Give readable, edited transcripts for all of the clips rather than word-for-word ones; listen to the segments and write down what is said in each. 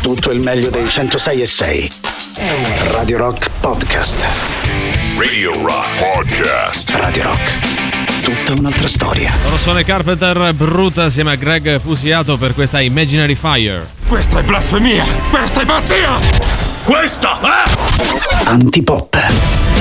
tutto il meglio dei 106.6. Radio Rock Podcast. Radio Rock Podcast. Radio Rock. Tutta un'altra storia. Loro sono i Carpenter Brut assieme a Greg Pusiato per questa Imaginary Fire. Questa è blasfemia! Questa è pazzia! Questa è Antipop.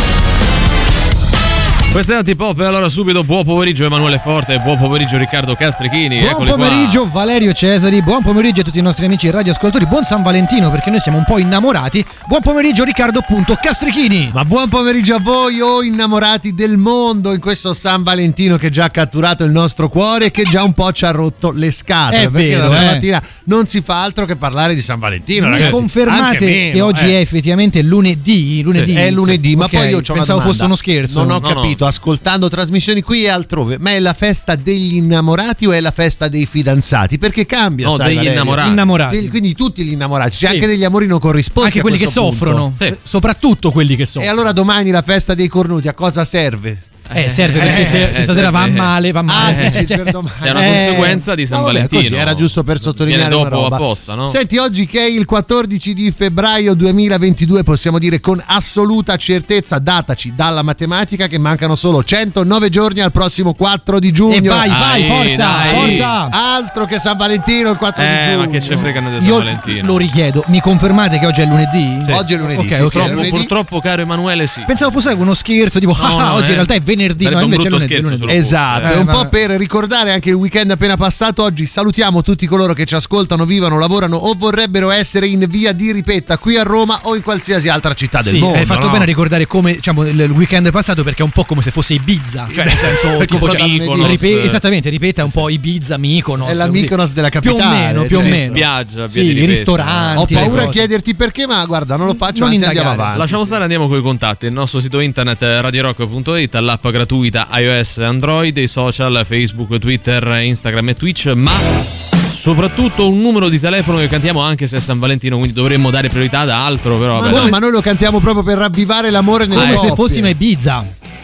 Questa è Antipop e allora subito buon pomeriggio Emanuele Forte, buon pomeriggio Riccardo Castrichini. Buon pomeriggio qua. Valerio Cesari, buon pomeriggio a tutti i nostri amici radioascoltatori, buon San Valentino perché noi siamo un po' innamorati. Buon pomeriggio Riccardo Castrichini. Ma buon pomeriggio a voi, innamorati del mondo, in questo San Valentino che già ha catturato il nostro cuore e che già un po' ci ha rotto le scatole. È perché vero, la stamattina non si fa altro che parlare di San Valentino, Mi ragazzi. confermate meno, che oggi è effettivamente lunedì? Sì, è lunedì, ma Ok, poi io c'ho una pensavo domanda. fosse uno scherzo. Non ho No, capito, ascoltando trasmissioni qui e altrove, ma è la festa degli innamorati o è la festa dei fidanzati? Perché cambia, No, sai, degli Valerio? innamorati. Quindi tutti gli innamorati, c'è Sì. anche degli amori non corrisposti, Anche a quelli che questo punto. soffrono, Sì. soprattutto quelli che soffrono. E allora domani la festa dei cornuti a cosa serve? Serve perché se stasera va serve. male, va male. Dici, Cioè, per domani. C'è una conseguenza di San No, vabbè, Valentino. così, era giusto per sottolineare Viene una dopo roba. apposta, no? Senti, oggi che è il 14 di febbraio 2022 possiamo dire con assoluta certezza, dataci dalla matematica, che mancano solo 109 giorni al prossimo 4 di giugno. E vai, Dai, forza, dai. forza. Altro che San Valentino il 4 di giugno. Ma che ce fregano di San Io Valentino? lo richiedo, mi confermate che oggi è lunedì? Sì. Oggi è lunedì, Ok, sì, ok. sì, è Purtroppo, lunedì. purtroppo, caro Emanuele, sì. Pensavo fosse uno scherzo, tipo No, oggi in realtà è venerdì, sarebbe no, un invece è brutto lunedì. scherzo lunedì. se lo fosse. Esatto, è un po' vabbè. per ricordare anche il weekend appena passato. Oggi salutiamo tutti coloro che ci ascoltano, vivono, lavorano o vorrebbero essere in via di Ripetta qui a Roma o in qualsiasi altra città del Sì, mondo. hai fatto no? bene a ricordare come, diciamo, il weekend passato, perché è un po' come se fosse Ibiza, cioè nel senso Perché tipo c'era Mykonos. esattamente, ripeta un po' Ibiza, Mykonos. È la Mykonos della più o capitale, meno, più o cioè, meno. spiaggia, via sì, di i Ripetta. ristoranti. Ho le paura a cose. chiederti perché, ma guarda, non lo faccio, Non anzi indagare. andiamo avanti. Lasciamo stare, andiamo con i contatti. Il nostro sito internet radiorock.it, l'app gratuita iOS e Android, i social Facebook, Twitter, Instagram e Twitch, ma soprattutto un numero di telefono che cantiamo anche se è San Valentino, quindi dovremmo dare priorità ad altro, però Ma vabbè. no, ma noi lo cantiamo proprio per ravvivare l'amore nelle Come se coppie. fossimo a Ibiza.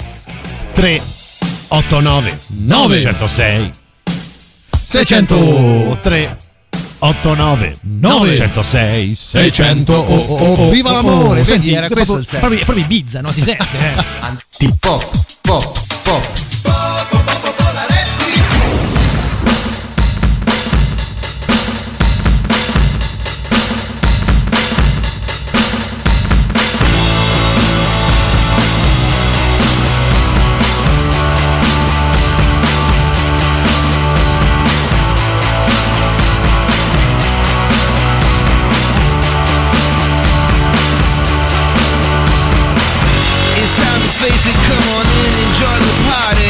3 89 906 600 3 89 906 600 viva l'amore. Vedi, Senti, era questo il senso. proprio Ibiza, no? Si sente, Antipop, pop, pop. It's time to face it, come on in and join the party.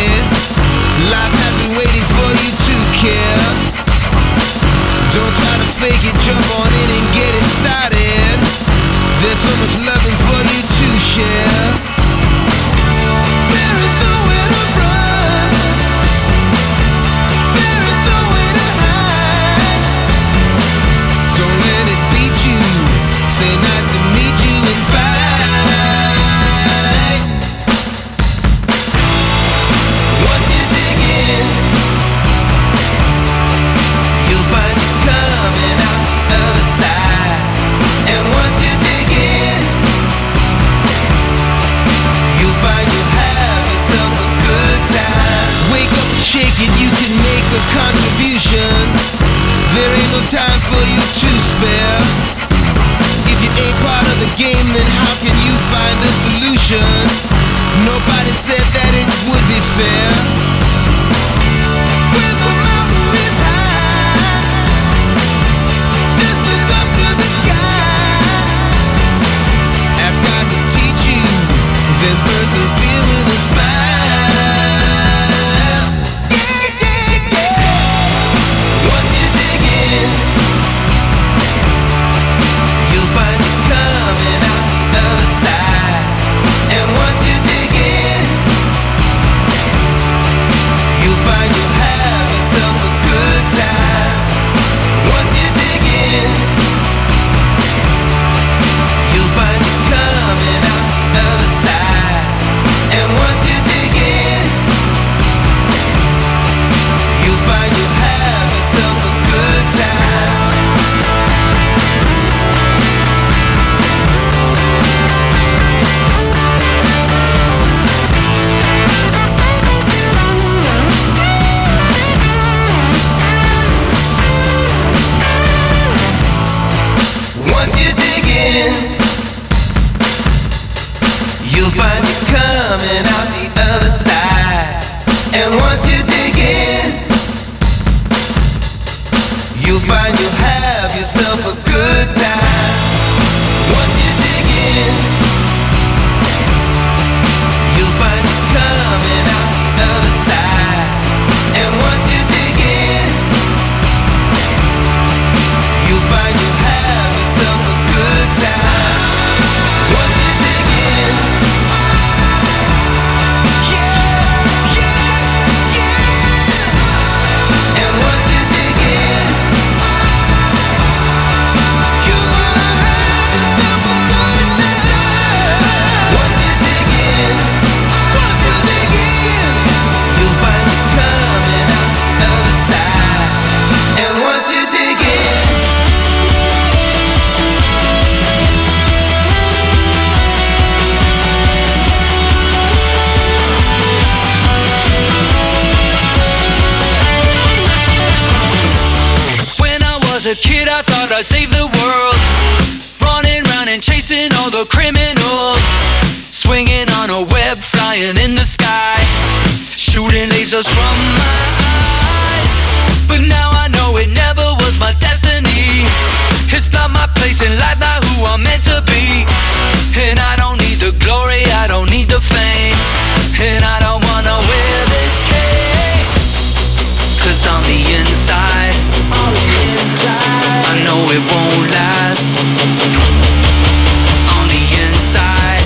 coming out the other side. And once you dig in, you'll find you'll have yourself a good time. Once you dig in, you'll find you're coming out the other side. And once you dig in, you'll find you'll have yourself a good time. Once you dig in, and once you dig in, you're gonna have yourself a good time. Once you dig in, you'll find you coming out the other side. And once you dig in, When I was a kid, I thought I'd save the world, running round and chasing all the criminals, swinging on a web, flying in the sky, shooting lasers from my eyes. But now I know it never was my destiny. It's not my place in life, not who I'm meant to be. And I don't need the glory, I don't need the fame, and I don't wanna wear this cape, 'cause on the inside I know it won't last. On the inside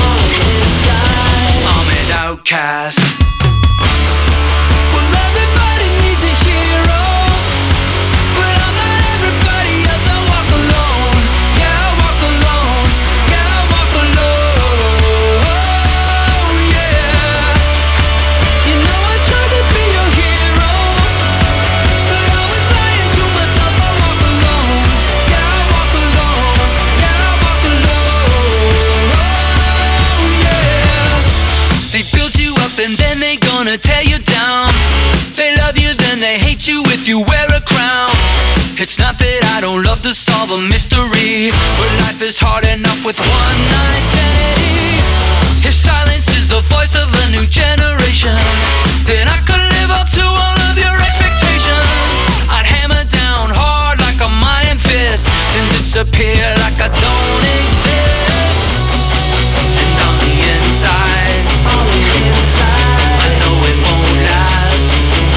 I'm an outcast. Well, everybody needs a hero, but I'm not everybody else. I walk alone, yeah, I walk alone, yeah, I walk alone, yeah. You know I tried to be your hero, but I was lying to myself. I walk alone, yeah, I walk alone, yeah, I walk alone, yeah. They build you up and then they gonna tear you down. They love you, then they hate you if you wear a crown. It's not that I don't love to solve a mystery, but life is hard enough with one identity. If silence is the voice of a new generation, then I could live up to all of your expectations. I'd hammer down hard like a iron fist, and disappear like I don't exist. And on the inside I know it won't last.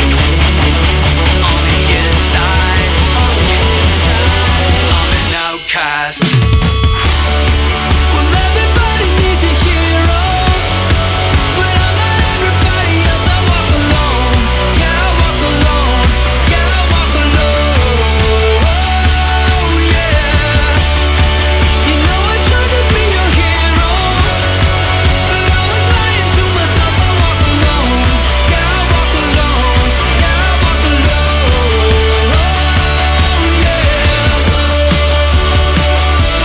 On the inside I'm an outcast. Well, everybody needs a hero, but I'm not everybody else. I walk alone, yeah, I walk alone, yeah, I walk alone, yeah. You know I tried to be your hero, but I was lying to myself. I walk alone, yeah, I walk alone, yeah, I walk alone, yeah.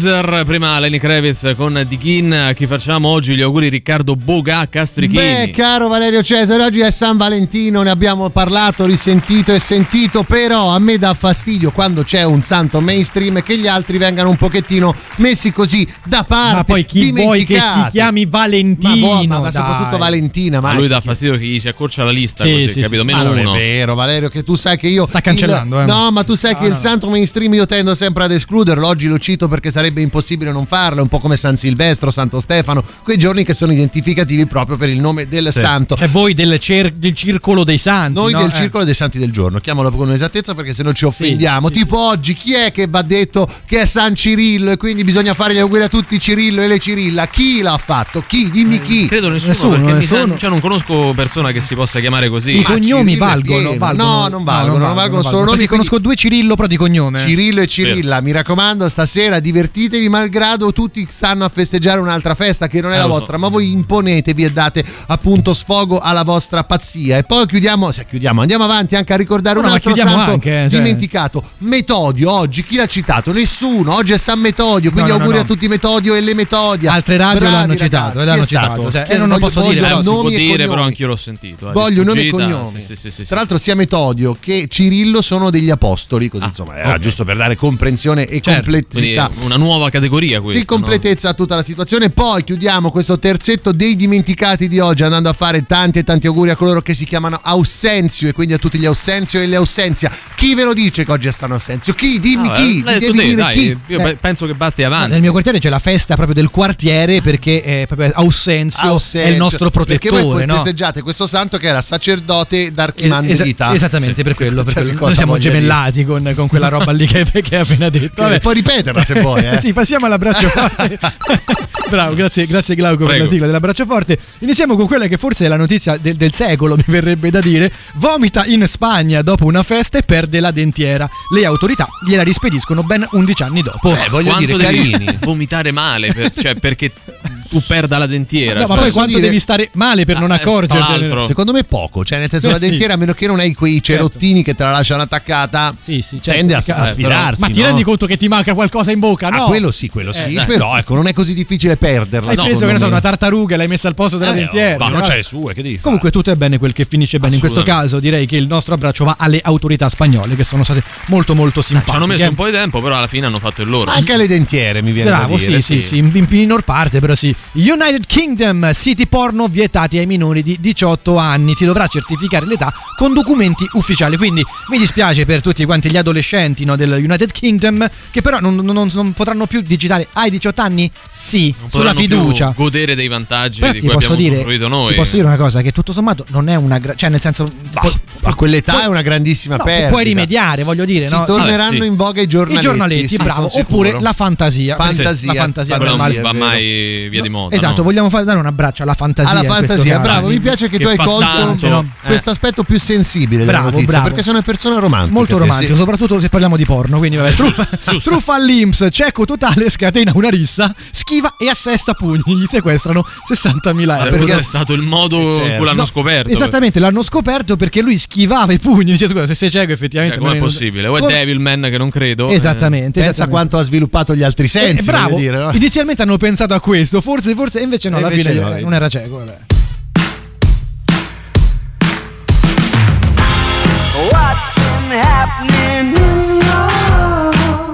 Weezer, prima Lenny Kravitz con Digin. A chi facciamo oggi gli auguri? Riccardo Boga Castrichini. Beh, caro Valerio Cesare, oggi è San Valentino, ne abbiamo parlato, risentito e sentito, però a me dà fastidio quando c'è un santo mainstream che gli altri vengano un pochettino messi così da parte. Ma poi chi vuoi che si chiami Valentino? Ma soprattutto Valentina. Ma lui dà fastidio che gli si accorcia la lista, Sì, così, sì, capito? sì, Meno Non uno. è vero, Valerio, che tu sai che io sta cancellando, No, ma tu sai No, che il no. santo mainstream io tendo sempre ad escluderlo. Oggi lo cito perché sarebbe impossibile non farlo, è un po' come San Silvestro, Santo Stefano, quei giorni che sono identificativi proprio per il nome del santo. Cioè voi del circolo dei santi. Noi no? del circolo dei santi del giorno, chiamalo con esattezza perché se no ci offendiamo. sì, Tipo oggi chi è che va detto che è San Cirillo e quindi bisogna fare gli auguri a tutti Cirillo e le Cirilla? Chi l'ha fatto? Chi? Dimmi chi. Credo nessuno, Nessuno, perché nessuno. cioè non conosco persona che si possa chiamare così. I cognomi Cirillo è valgono, pieno. valgono. No, non valgono solo nomi. Perché conosco due Cirillo però di cognome. Cirillo e Cirilla, mi raccomando, stasera divertitevi, malgrado tutti stanno a festeggiare un'altra festa che non è la lo so. vostra, ma voi imponetevi e date appunto sfogo alla vostra pazzia. E poi chiudiamo, andiamo avanti anche a ricordare un ma altro chiudiamo santo anche, cioè. dimenticato, Metodio. Oggi chi l'ha citato? Nessuno. Oggi è San Metodio, quindi No, auguri no. a tutti Metodio e le Metodia. Altre radio Bravi, l'hanno ragazzi. citato, Chi l'hanno è citato, stato? cioè, Chi è- non voglio- posso voglio dire, Si nomi può e dire, cognomi. però anch'io l'ho sentito. Voglio nomi e Sfuggita. cognomi. Sì. Tra l'altro sia Metodio che Cirillo sono degli apostoli, così insomma era ok. giusto per dare comprensione e Quindi completezza. una nuova categoria questa. Sì, completezza a tutta la situazione. Poi chiudiamo questo terzetto dei dimenticati di oggi andando a fare tanti e tanti auguri a coloro che si chiamano Aussenzio e quindi a tutti gli Aussenzio e le Aussenzia. Chi ve lo dice che oggi è San Aussenzio? Chi? Dimmi No? chi? L'hai Mi detto devi te, dire dai, chi? io penso che basti avanti. Nel mio quartiere c'è la festa proprio del quartiere perché è proprio Aussenzio è il nostro Perché protettore, voi no? festeggiate questo santo che era sacerdote d'Archimandrita. Esattamente, per quello. Qualsiasi Noi cosa siamo voglia gemellati con quella roba lì che hai appena detto. Vabbè. Puoi ripeterla se vuoi, eh. Sì, passiamo all'abbraccio forte. Bravo, grazie Glauco per Prego. la sigla dell'abbraccio forte. Iniziamo con quella che forse è la notizia del secolo, mi verrebbe da dire. Vomita in Spagna dopo una festa e perde la dentiera. Le autorità gliela rispediscono ben 11 anni dopo. Voglio Quanto dire, devi carini. vomitare male, cioè perché tu perda la dentiera. No, ma cioè, poi quanto dire- devi stare male per non tra accorgertene? l'altro. Secondo me poco, cioè nel senso la Sì. dentiera, a meno che non hai quei cerottini che te la lasciano attaccata, Sì, certo, tende a però- sfilarsi. Ma ti no? rendi conto che ti manca qualcosa in bocca? No. Quello sì, però ecco, non è così difficile perderla. Hai no, preso che ne so, secondo una me. tartaruga e l'hai messa al posto della dentiera. Ma Cioè, non vabbè. c'è le sue, che devi fare? Comunque tutto è bene quel che finisce bene. In questo Assolutamente. caso direi che il nostro abbraccio va alle autorità spagnole che sono state molto molto Ci simpatiche. hanno messo un po' di tempo, però alla fine hanno fatto il loro. Anche alle dentiere mi viene Bravo, da dire. sì, in minor parte, però sì. United Kingdom, siti porno vietati ai minori di 18 anni. Si dovrà certificare l'età con documenti ufficiali. Quindi mi dispiace per tutti quanti gli adolescenti, no, del United Kingdom, che però non potranno più digitare. Hai 18 anni? Sì, Non sulla potranno più fiducia. godere dei vantaggi Però di ti cui posso abbiamo dire, usufruito noi. ti posso dire una cosa, che tutto sommato non è una cioè nel senso A quell'età è una grandissima no, perdita. puoi rimediare, voglio dire, Si no? torneranno Vabbè, sì. in voga i giornaletti. I giornaletti, sì, bravo, sono oppure sicuro. la fantasia. Fantasia. La fantasia Quello normale. non va è vero. mai via di moda. Esatto, no? vogliamo dare un abbraccio alla fantasia. Alla in questo fantasia, caso. bravo, mi piace che Che tu hai fa colto tanto, no, questo aspetto più sensibile della Bravo, notizia, bravo. perché sei una persona romantica. Molto te, romantico, sì. soprattutto se parliamo di porno. Quindi, vabbè, truffa all'Inps, cieco totale, scatena una rissa, schiva e assesta pugni. Gli sequestrano 60.000 euro. Questo è stato il modo in Certo. cui l'hanno No, scoperto. Esattamente, l'hanno scoperto perché lui schivava i pugni. Dice, scusa, se sei cieco, effettivamente. Com'è non è- possibile? O è Come- Devilman che non credo. Esattamente. Pensa esattamente. quanto ha sviluppato gli altri sensi, bravo, voglio dire, no? inizialmente hanno pensato a questo, forse invece no, E alla invece fine no. non era cieco. Vabbè. What's been happening in your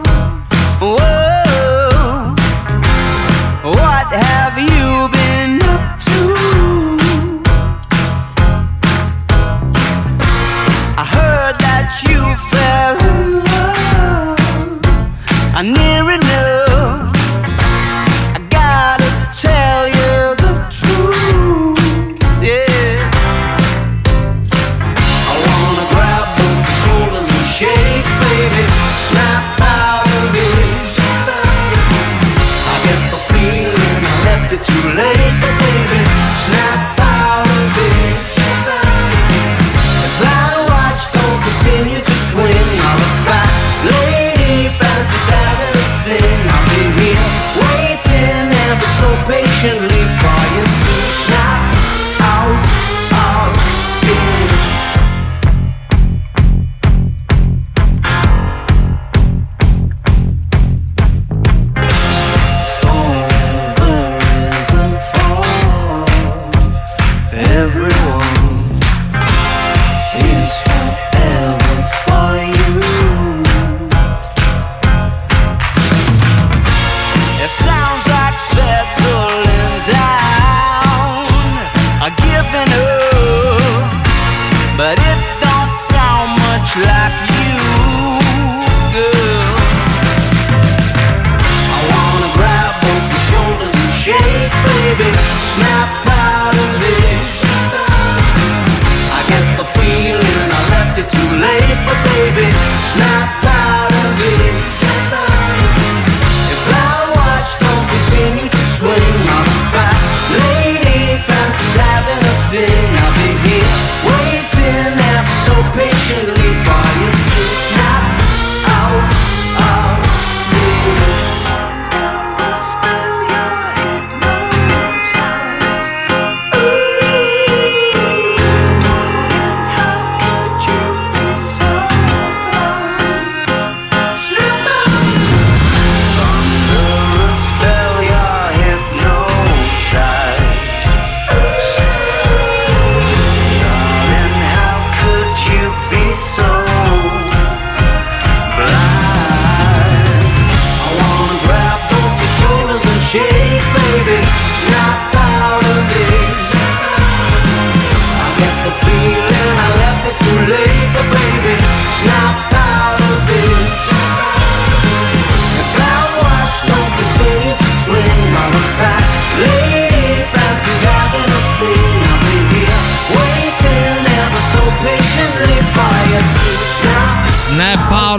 world? What have you been up to? I heard that you fell in love. Near enough. I gotta tell you the truth.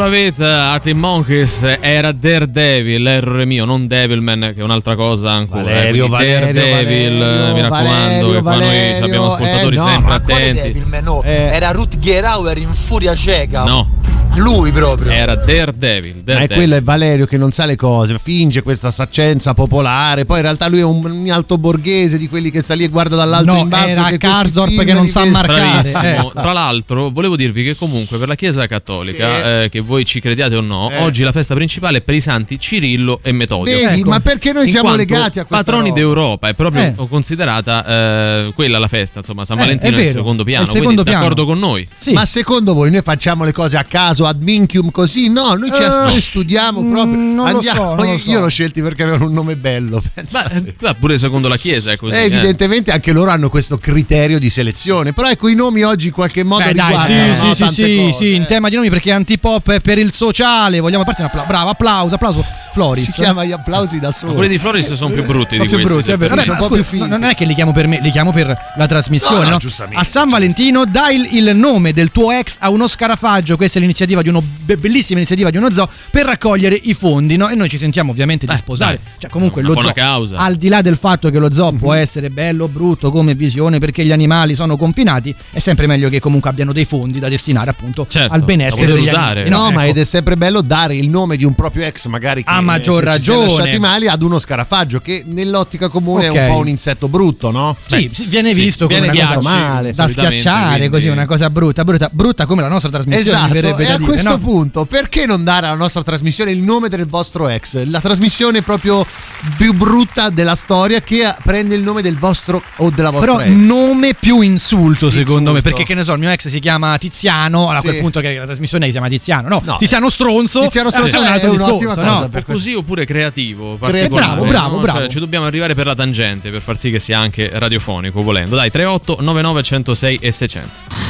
Faith, Arctic Monkeys, era Daredevil, errore mio, non Devilman, che è un'altra cosa ancora. Valerio, Daredevil, mi raccomando, che qua noi abbiamo ascoltatori sempre attenti. Devilman, no, era Rutger Hauer in Furia Cieca. No. Lui proprio. Era Daredevil. Ma quello è Valerio che non sa le cose, finge questa saccenza popolare, poi in realtà lui è un alto borghese di quelli che sta lì e guarda dall'alto in basso. Era Karsdorp che non sa marcare. Bravissimo. Tra l'altro volevo dirvi che comunque per la Chiesa Cattolica, che voi ci crediate o no, oggi la festa principale è per i santi Cirillo e Metodio. Vedi, ma perché noi siamo legati a questa patroni roba? d'Europa, è proprio considerata quella la festa, insomma, San Valentino è il secondo piano, quindi d'accordo con noi. Sì. Ma secondo voi noi facciamo le cose a caso, ad minchium così? No, noi ci studiamo proprio. Andiamo. Io l'ho scelti perché avevano un nome bello. Ma pure secondo la Chiesa è così. Evidentemente anche loro hanno questo criterio di selezione. Però ecco, i nomi oggi in qualche modo riguardano sì, in tema di nomi, perché Antipop è per il sociale. Vogliamo partire un applauso. Bravo, applauso. Floris. Si chiama gli applausi da solo. Quelli di Floris sono più brutti di questi. Brutti, è vero. Vabbè, ma scusa, non è che li chiamo per me, li chiamo per la trasmissione. No? A San Valentino dai il nome del tuo ex a uno scarafaggio. Questa è l'iniziativa di uno bellissima iniziativa di uno zoo per raccogliere i fondi, no? E noi ci sentiamo ovviamente di sposare. Cioè, comunque lo zoo, causa. Al di là del fatto che lo zoo può essere bello o brutto come visione, perché gli animali sono confinati, è sempre meglio che comunque abbiano dei fondi da destinare appunto al benessere degli animali. No, ma ed è sempre bello dare il nome di un proprio ex, magari che a maggior ragione lasciati male, ad uno scarafaggio che nell'ottica comune è un po' un insetto brutto, no? Sì, viene visto come una cosa male, da schiacciare, quindi così, una cosa brutta come la nostra trasmissione. Esatto, e a questo punto perché non dare alla nostra trasmissione il nome del vostro ex? La trasmissione proprio più brutta della storia, che prende il nome del vostro o della vostra ex. Però nome più insulto secondo me, perché che ne so, il mio ex si chiama Tiziano, allora a quel punto che la trasmissione si chiama Tiziano, no. Tiziano Stronzo è un altro discorso, no? Così oppure creativo, bravo. Cioè, ci dobbiamo arrivare per la tangente per far sì che sia anche radiofonico, volendo. Dai, 38 99 106 e 600.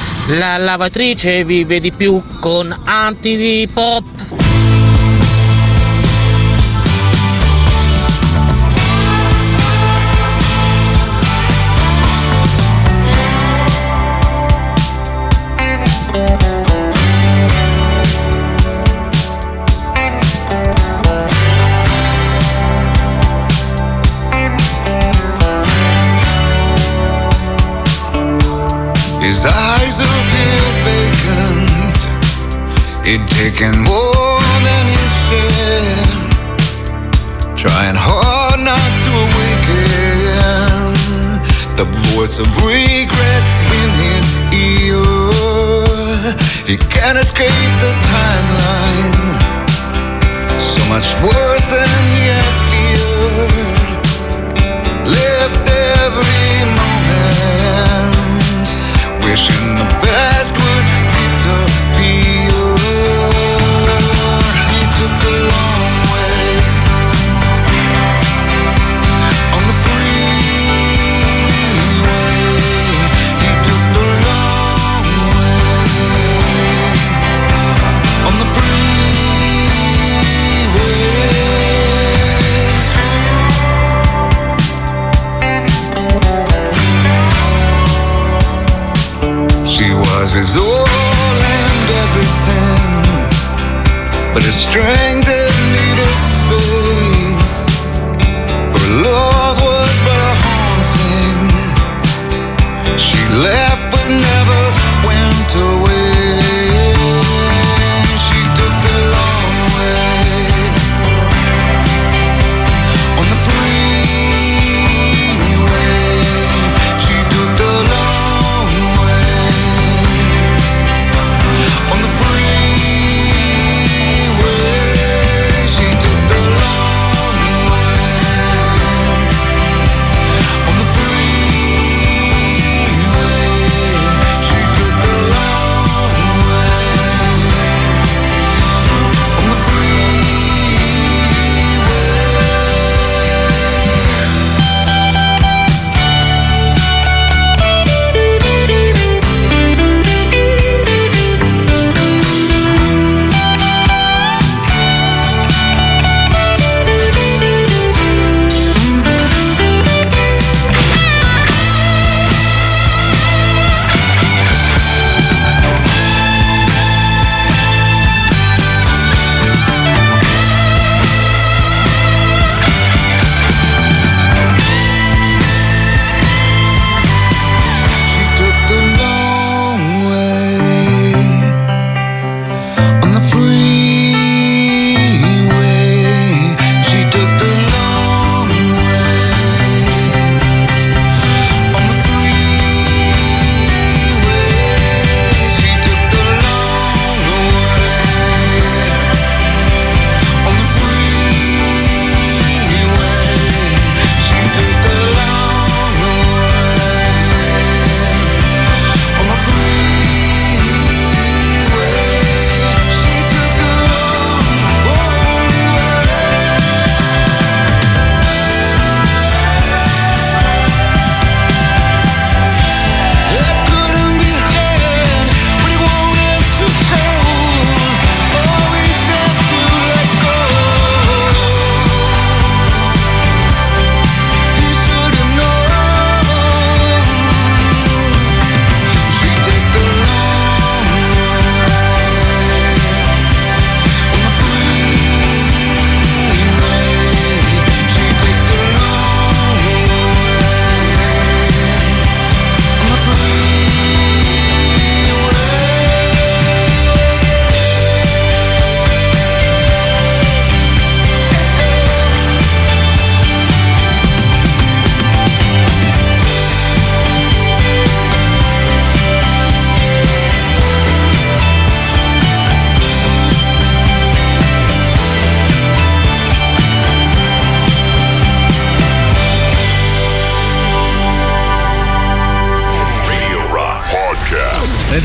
La lavatrice vive di più con Antipop. His eyes appear vacant. He'd taken more than his share, trying hard not to awaken the voice of regret in his ear. He can't escape the timeline, so much worse than he had feared. Left every moment wishing the past would disappear. He took the long way on the freeway. He took the long way on the She was his all and everything, but his strength had needed space. Her love was but a haunting. She left but never went away. She took the long way on the freeway. She took the long way on the freeway. She took the long way on the freeway.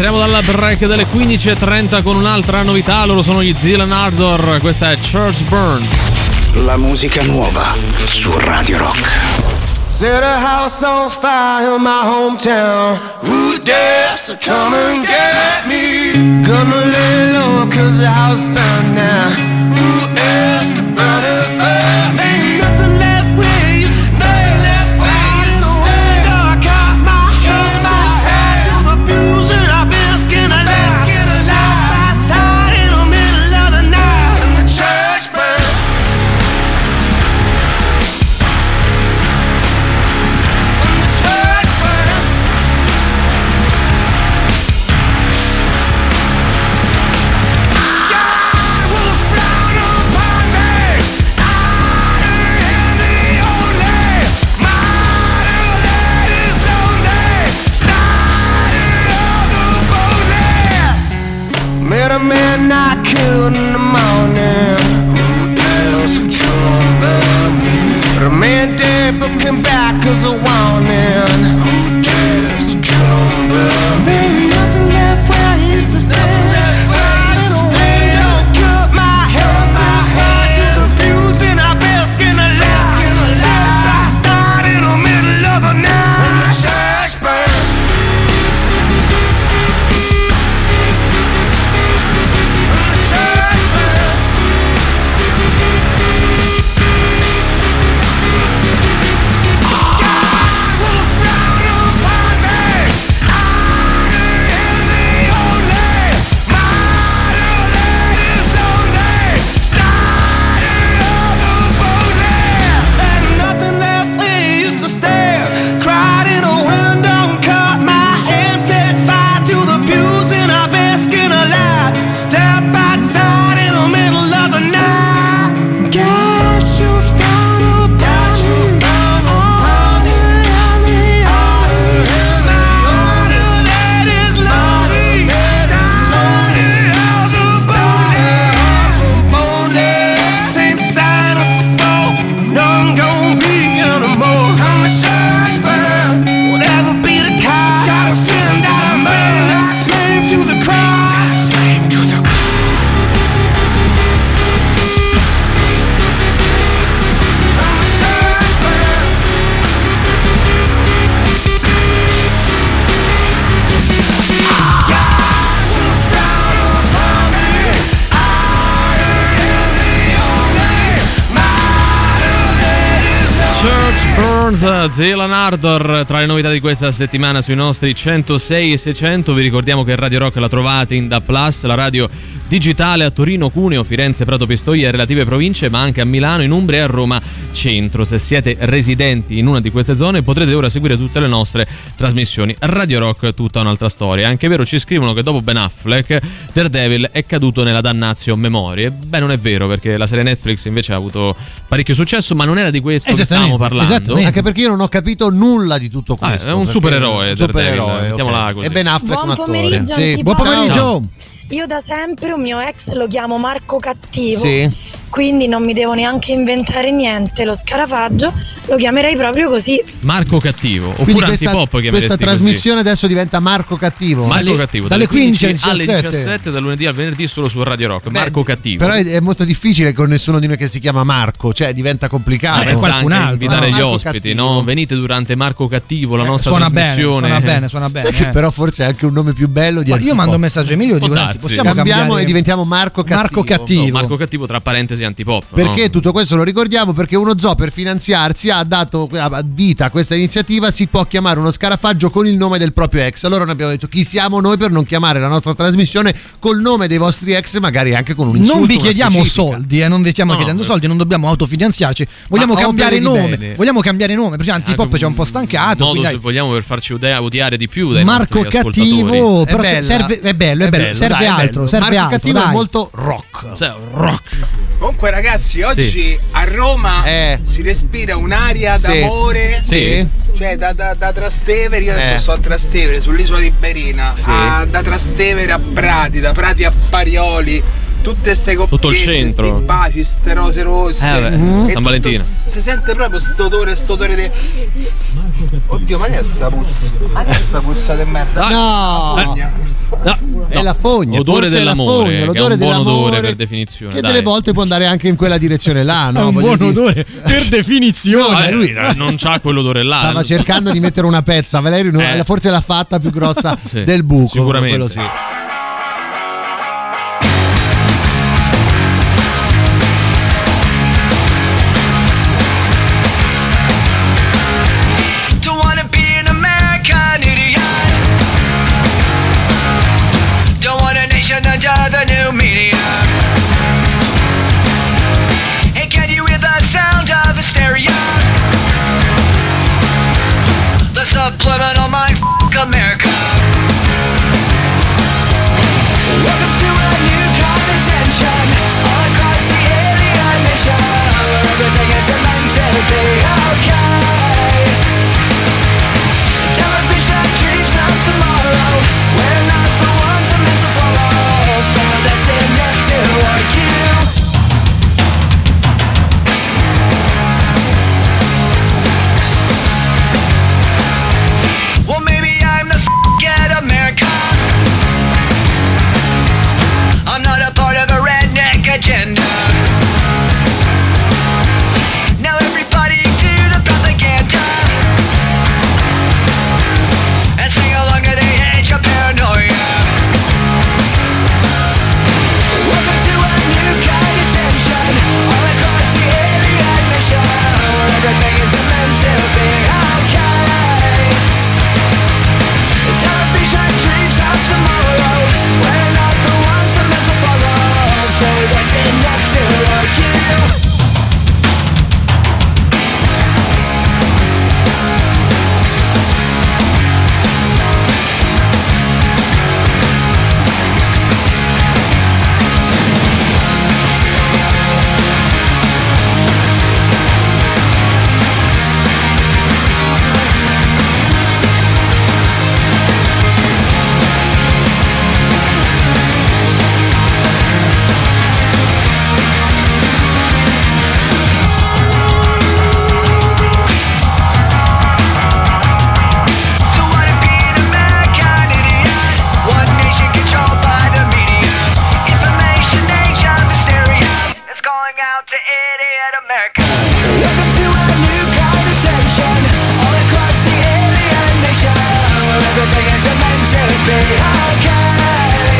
Rientriamo dalla break delle 15:30 con un'altra novità. Loro sono gli Zealand Ardor. Questa è Church Burns. La musica nuova su Radio Rock. Set a house on fire in my hometown. Who dares to come and get me? Gonna lay low cause the house burned down. Who else could burn it up? Ain't nothing left where you used to stay. Left where you used to stay. I got my head to the pews and I've been skin alive. Outside in the middle of the night and the church burned. Met a man I killed in the morning. Who else could come but me? But a man dead but came back as a warning. Who dares to come but me? Baby, nothing left where I used to stay. Don't cut my hands to the pews and I bask in the light. Outside in the middle of the night when the church burned. Zealand Ardor tra le novità di questa settimana sui nostri 106 e 600. Vi ricordiamo che Radio Rock la trovate in DAB+, la radio digitale a Torino, Cuneo, Firenze, Prato Pistoia e relative province, ma anche a Milano, in Umbria e a Roma centro. Se siete residenti in una di queste zone potrete ora seguire tutte le nostre trasmissioni. Radio Rock, tutta un'altra storia. È anche vero, ci scrivono che dopo Ben Affleck Daredevil è caduto nella damnatio memorie. Beh, non è vero, perché la serie Netflix invece ha avuto parecchio successo, ma non era di questo che stavamo parlando. Anche perché io non ho capito nulla di tutto questo. È un supereroe, mettiamola così. E Ben Affleck buon un attore. pomeriggio, Sì. Buon pomeriggio. Io da sempre un mio ex lo chiamo Marco Cattivo. Sì. Quindi non mi devo neanche inventare niente, lo scarafaggio lo chiamerei proprio così. Marco Cattivo, Quindi oppure questa, Antipop chiameresti questa trasmissione adesso diventa Marco Cattivo. Marco Cattivo, dalle 15 alle 17, dal lunedì al venerdì solo su Radio Rock. Marco Cattivo. Però è molto difficile con nessuno di noi che si chiama Marco, cioè diventa complicato. Pensa anche a invitare gli Marco ospiti, Cattivo. no? Venite durante Marco Cattivo, la nostra suona trasmissione. Suona bene. Sai che però forse è anche un nome più bello di Io mando un messaggio a Emilio e dico: possiamo cambiamo cambiare? e diventiamo Marco Cattivo. No, Marco Cattivo tra parentesi Antipop. Perché no? tutto questo lo ricordiamo? Perché uno zoo, per finanziarsi, ha dato vita a questa iniziativa. Si può chiamare uno scarafaggio con il nome del proprio ex. Allora noi abbiamo detto: chi siamo noi per non chiamare la nostra trasmissione col nome dei vostri ex, magari anche con un insulto? Non vi chiediamo soldi, non vi stiamo chiedendo soldi, non dobbiamo autofinanziarci. Vogliamo cambiare nome. Vogliamo cambiare nome. Per esempio, Antipop ci ha un po' stancato. Modo, se vogliamo, per farci odiare di più dai Marco Cattivo, però è bello, serve altro. Marco Cattivo è molto rock. Comunque ragazzi, oggi a Roma si respira un'aria d'amore. Sì. Cioè da Trastevere, io adesso sto a Trastevere, sull'isola di Berina, da Trastevere a Prati, da Prati a Parioli, tutte ste coppiette, tutto il centro, sti baci, ste rose rosse, San Valentino. Si sente proprio sto odore di... Oddio, ma che è sta puzza? Ma che è sta puzza di merda? No! È la fogna. Odore forse dell'amore, è la fogna, che è un buon dell'amore, odore per definizione. che dai. delle volte può andare anche in quella direzione là, no? È un Voglio buon dire. odore per definizione. Vabbè, lui non c'ha quell'odore là. Stava cercando di mettere una pezza. Valerio forse l'ha fatta più grossa Sì, del buco. sicuramente. Quello sì. Don't wanna be an American idiot. Don't want a nation under the new media. Hey, can you hear the sound of hysteria? The subliminal mind America. Welcome to a new kind of tension all across the alien mission, where everything is meant to be okay. Television dreams of tomorrow, we're not the ones I'm meant to follow. But that's enough to argue. Well, maybe I'm the f***ing America. I'm not a part of a redneck agenda. Now everybody to the propaganda and sing along to the edge of paranoia. Welcome to a new kind of tension all across the alien mission, where everything is meant to be okay. Television dreams of tomorrow, we're not the ones I'm meant to follow. But that's enough to argue. So what if being an American idiot? One nation controlled by the media. Information age of hysteria is going out to idiot America. Welcome to a new kind of tension all across the alien nation, where everything is meant to be okay.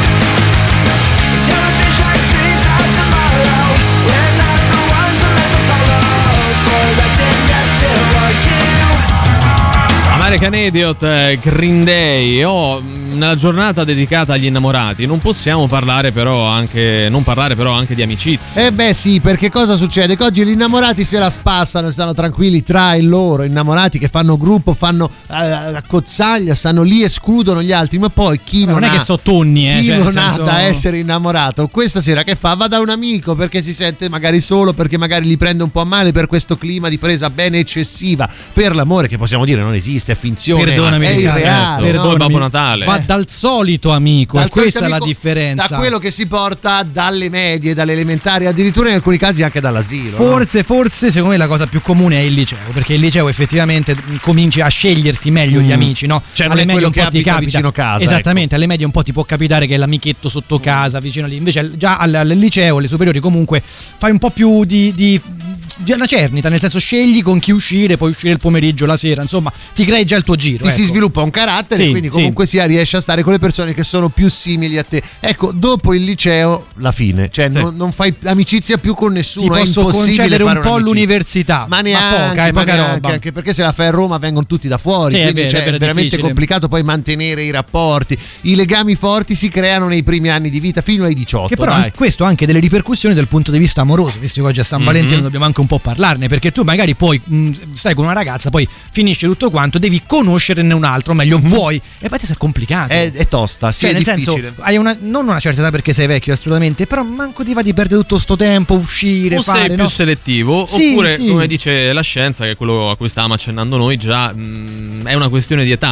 Television dreams of tomorrow, we're not the ones I'm meant to follow. But that's enough to argue. American Idiot, Green Day. Una giornata dedicata agli innamorati. Non possiamo parlare però anche di amicizie. Eh beh sì, perché cosa succede? Che oggi gli innamorati se la spassano e stanno tranquilli tra i loro innamorati che fanno gruppo, fanno accozzaglia, stanno lì, escludono gli altri, ma poi chi non è ha, che so tonni, chi cioè, non nel senso... ha da essere innamorato, questa sera che fa? Va da un amico perché si sente magari solo, perché magari gli prende un po' a male per questo clima di presa bene eccessiva per l'amore che possiamo dire non esiste, è finzione, Perdonami, è irreale, certo. no? Babbo Natale. Va dal solito amico, Dal e questa solito è la amico, differenza. da quello che si porta dalle medie, dalle elementari, addirittura in alcuni casi anche dall'asilo. Forse secondo me la cosa più comune è il liceo, perché il liceo effettivamente cominci a sceglierti meglio gli amici, no? Cioè non alle è medie quello un che po' ti abita capita vicino casa. esattamente, ecco. alle medie un po' ti può capitare che è l'amichetto sotto casa, vicino lì. Invece già al liceo, alle superiori comunque fai un po' più di una cernita, nel senso scegli con chi uscire, puoi uscire il pomeriggio, la sera, insomma ti crei già il tuo giro. Ti si sviluppa un carattere, Sì, quindi comunque sia riesci a stare con le persone che sono più simili a te. Ecco, dopo il liceo la fine, cioè non fai amicizia più con nessuno, Ti è posso impossibile concedere fare un po' un'amicizia. l'università, ma neanche, poca roba. anche perché se la fai a Roma vengono tutti da fuori, Sì, quindi è vero, è veramente difficile. complicato poi mantenere i rapporti. I legami forti si creano nei primi anni di vita fino ai 18. Che però dai. questo ha anche delle ripercussioni dal punto di vista amoroso, visto che oggi è San Valentino dobbiamo anche un po' parlarne, perché tu magari poi stai con una ragazza, poi finisce tutto quanto, devi conoscerne un altro, o meglio vuoi, e poi è complicato. È tosta, sì, cioè, è nel difficile. senso, hai non una certa età perché sei vecchio assolutamente, però manco ti va di perdere tutto sto tempo, uscire, O fare, sei più no? selettivo, Sì, oppure sì. come dice la scienza, che è quello a cui stavamo accennando noi già, è una questione di età.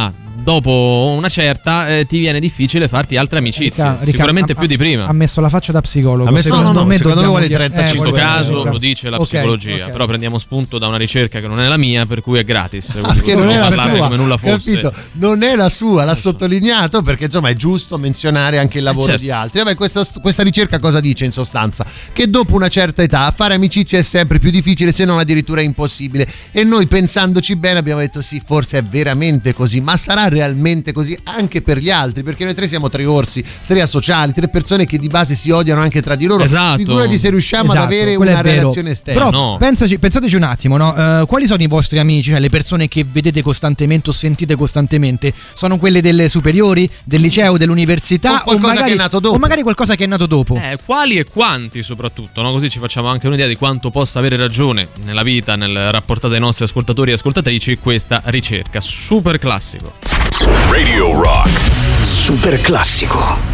dopo una certa ti viene difficile farti altre amicizie, sicuramente più di prima. Ha messo la faccia da psicologo. Secondo me vuole 35. In questo caso lo dice la psicologia, però prendiamo spunto da una ricerca che non è la mia, per cui è gratis, perché non è la sua, come nulla fosse. Capito? Non è la sua, l'ha sottolineato perché insomma è giusto menzionare anche il lavoro di altri. Vabbè, questa ricerca cosa dice in sostanza? Che dopo una certa età fare amicizia è sempre più difficile, se non addirittura impossibile, e noi pensandoci bene abbiamo detto sì, forse è veramente così, ma sarà realmente così anche per gli altri? Perché noi tre siamo tre orsi, tre asociali, tre persone che di base si odiano anche tra di loro. Figurati se riusciamo ad avere una relazione esterna. Però pensateci un attimo, no? Quali sono i vostri amici, cioè le persone che vedete costantemente o sentite costantemente? Sono quelle delle superiori, del liceo, dell'università, o qualcosa che è nato dopo? O magari qualcosa che è nato dopo? Quali e quanti soprattutto, no? Così ci facciamo anche un'idea di quanto possa avere ragione nella vita, nel rapportato ai nostri ascoltatori e ascoltatrici questa ricerca. Super classico. Radio Rock. Super classico.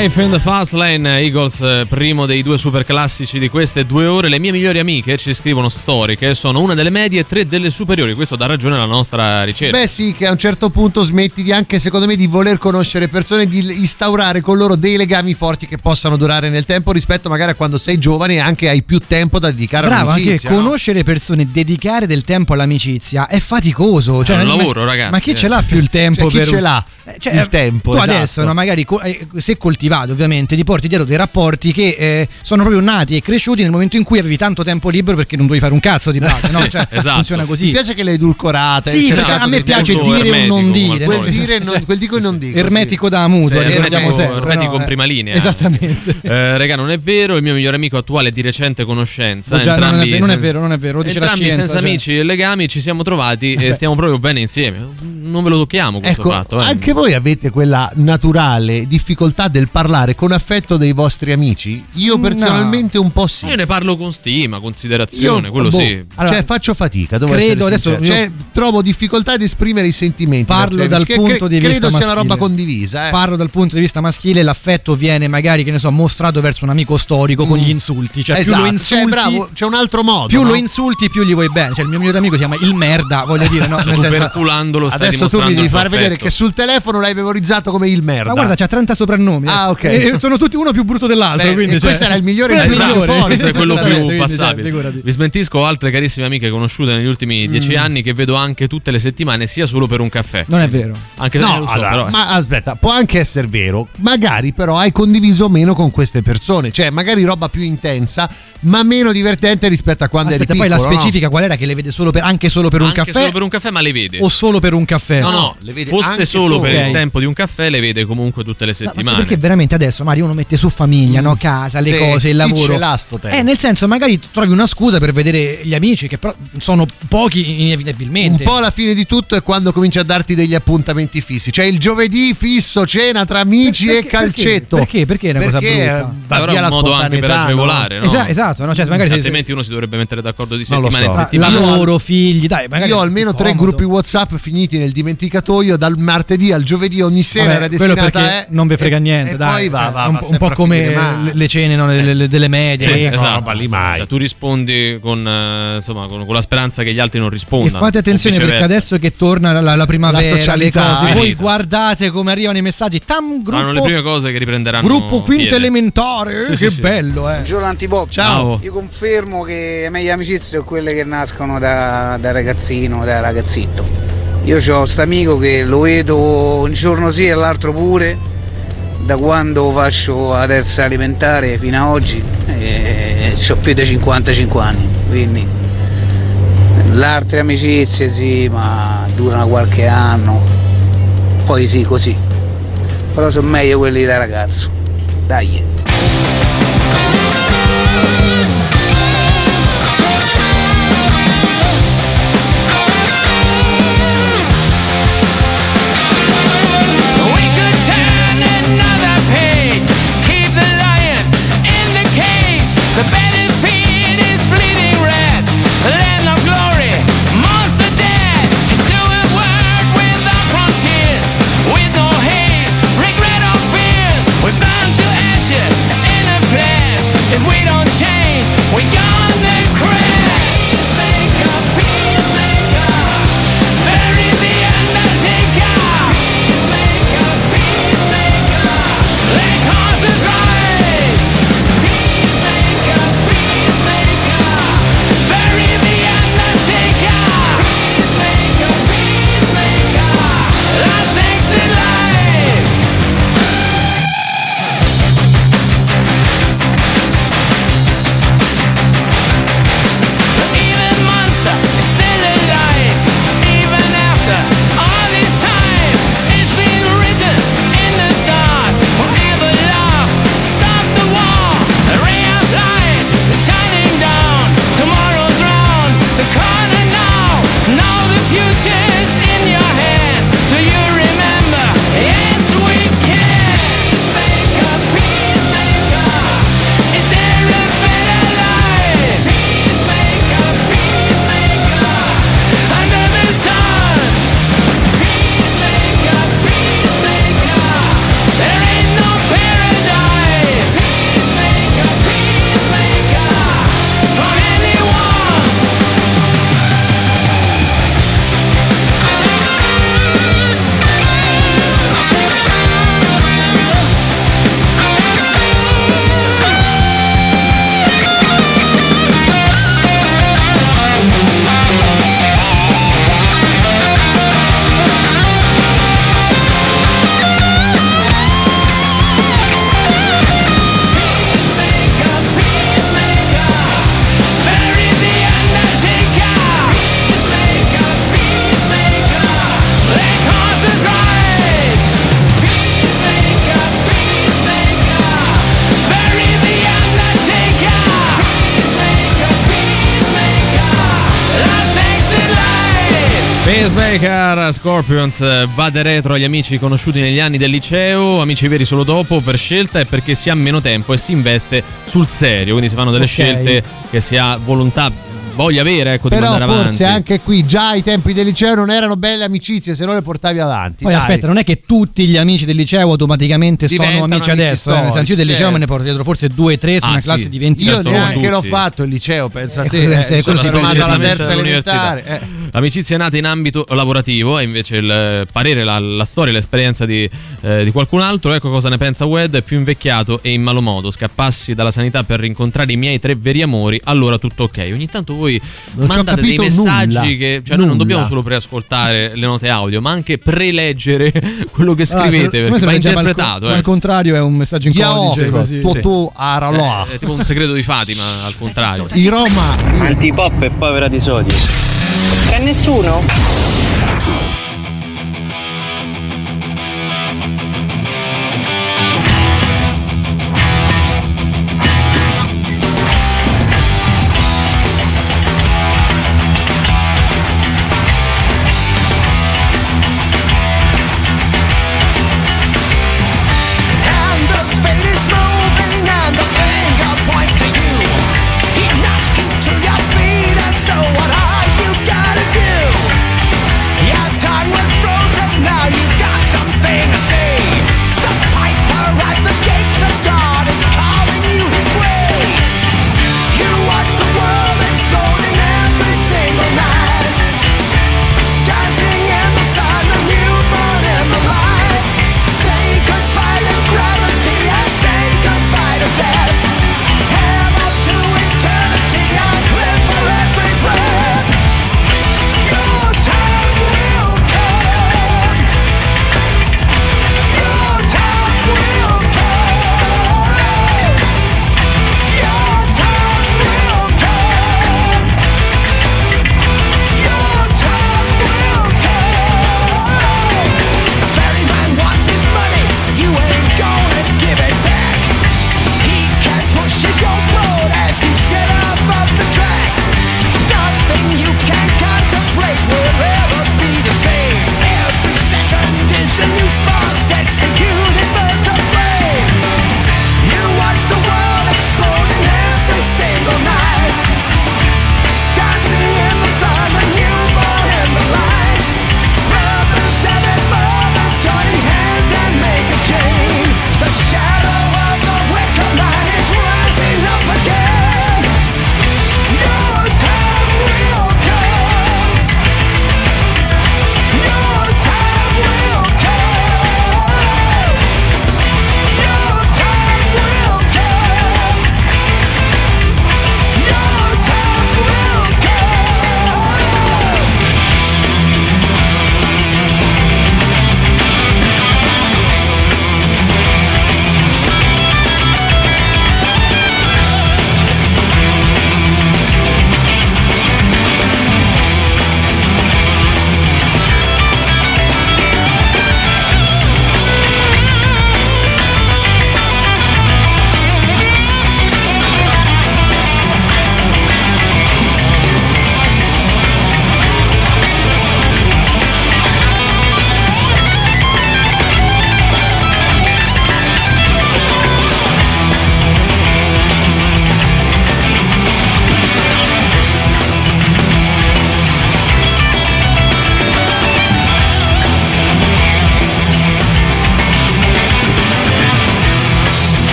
Life in the Fast Lane, Eagles, primo dei due super classici di queste 2 ore. Le mie migliori amiche ci scrivono storiche, sono una delle medie e 3 delle superiori. Questo dà ragione alla nostra ricerca. Beh sì, che a un certo punto smetti di, anche secondo me, di voler conoscere persone, di instaurare con loro dei legami forti che possano durare nel tempo, rispetto magari a quando sei giovane e anche hai più tempo da dedicare all'amicizia. Bravo, anche conoscere persone, dedicare del tempo all'amicizia è faticoso. Cioè, è un lavoro, ragazzi. Ma chi ce l'ha più il tempo? Chi ce l'ha il tempo? Tu esatto. adesso, no, magari se coltivato, ovviamente, ti porti dietro dei rapporti che sono proprio nati e cresciuti nel momento in cui avevi tanto tempo libero perché non dovevi fare un cazzo di base, no? Sì, Cioè, esatto. funziona così. Mi piace che l'hai edulcorata. Sì, a me piace dire o non dire. Quel dico e non dico. Ermetico da mutuo. Ermetico in prima linea. Esattamente. Raga, non è vero, il mio migliore amico attuale è di recente conoscenza. Non è vero, lo dice la entrambi scienza, senza amici e legami ci siamo trovati e stiamo proprio bene insieme. Non ve lo tocchiamo questo fatto. Anche voi avete quella naturale difficoltà del parlare con affetto dei vostri amici? Io personalmente un po' sì. Io ne parlo con stima, considerazione, quello sì. Allora, cioè faccio fatica, credo adesso trovo difficoltà ad esprimere i sentimenti. Parlo dal punto di vista credo sia una maschile. roba condivisa. Parlo dal punto di vista maschile, l'affetto viene magari, che ne so, mostrato verso un amico storico con gli insulti. Cioè, esatto. più lo insulti, bravo, c'è un altro modo. Più no? lo insulti, più gli vuoi bene. Cioè, il mio migliore amico si chiama il merda, voglio dire, no? Cioè, tu perculandolo stai adesso tu mi devi far vedere affetto. che sul telefono l'hai memorizzato come il merda. Ma guarda, c'ha 30 soprannomi. Ah, ok. E sono tutti uno più brutto dell'altro. Beh, quindi, questo era il migliore, questo è quello più quindi, passabile. Vi smentisco altre carissime amiche conosciute negli ultimi 10 anni che vedo anche tutte le settimane, sia solo per un caffè. Non è vero. Anche no, lo so, allora, però. Ma aspetta, può anche essere vero. Magari però hai condiviso meno con queste persone. Cioè, magari roba più intensa, ma meno divertente rispetto a quando eri piccolo. Poi la specifica qual era? Che le vede solo anche solo per un caffè? Anche solo per un caffè, ma le vede. O solo per un caffè? No, le vede fosse anche solo per okay. il tempo di un caffè, le vede comunque tutte le settimane. Perché veramente adesso magari uno mette su famiglia, no? Casa, le cose, il lavoro. Chi ce l'ha sto tempo? Nel senso, magari trovi una scusa per vedere gli amici, che però sono pochi inevitabilmente. Un po' alla fine di tutto è quando cominci a darti degli appuntamenti fissi. Cioè il giovedì fisso, cena tra amici e calcetto. Perché è una cosa brutta? Va via è la un modo anche per agevolare, no? Esatto, no? Cioè, magari altrimenti uno si dovrebbe mettere d'accordo di Non lo settimana so. in settimana. Lavoro, figli, dai, magari io ho almeno 3 gruppi WhatsApp finiti nel dimenticatoio dal martedì al giovedì, ogni sera era quello destinata perché non vi frega niente, e dai. poi va un po' come le cene, no? delle medie. Sì, esatto. roba lì mai. Cioè, tu rispondi con la speranza che gli altri non rispondano. E fate attenzione perché adesso che torna la primavera, la socialità, le cose, voi guardate come arrivano i messaggi. Saranno le prime cose che riprenderanno. Gruppo quinto piede. elementare, Sì, che sì, bello, Buongiorno Antipop. Ciao. Io confermo che le meglio amicizie sono quelle che nascono da ragazzino, da ragazzitto. Io ho sto amico che lo vedo un giorno sì e l'altro pure, da quando faccio la terza elementare fino a oggi, e ho più di 55 anni, quindi le altre amicizie sì, ma durano qualche anno, poi sì, così, però sono meglio quelli da ragazzo, dai. The battlefield is bleeding red, land of glory, monster dead. Into a world without frontiers, with no hate, regret or fears. We're bound to ashes in a Chris Baker, Scorpions, vade retro agli amici conosciuti negli anni del liceo, amici veri solo dopo, per scelta e perché si ha meno tempo e si investe sul serio, quindi si fanno delle scelte che si ha volontà, voglia avere, ecco, di mandare avanti. Però forse anche qui già ai tempi del liceo non erano belle amicizie se non le portavi avanti. Poi aspetta, non è che tutti gli amici del liceo automaticamente sono amici adesso, nel senso io del liceo me ne porto dietro forse 2 o 3 su una classe di 20. Io neanche l'ho fatto il liceo, pensa a te, sono arrivato alla terza elementare. L'amicizia è nata in ambito lavorativo e invece il parere, la storia, l'esperienza di qualcun altro. Ecco cosa ne pensa Wed: è più invecchiato e in malo modo, scappassi dalla sanità per rincontrare i miei 3 veri amori, allora tutto ok. Ogni tanto voi mandate dei messaggi che, cioè, noi non dobbiamo solo preascoltare le note audio, ma anche preleggere quello che scrivete, perché va interpretato. Al contrario, è un messaggio in codice così. È tipo un segreto di Fatima, al contrario. I Roma antipop e povera di sodio. C'è nessuno? He knocks you to your feet, and so what are you gonna do?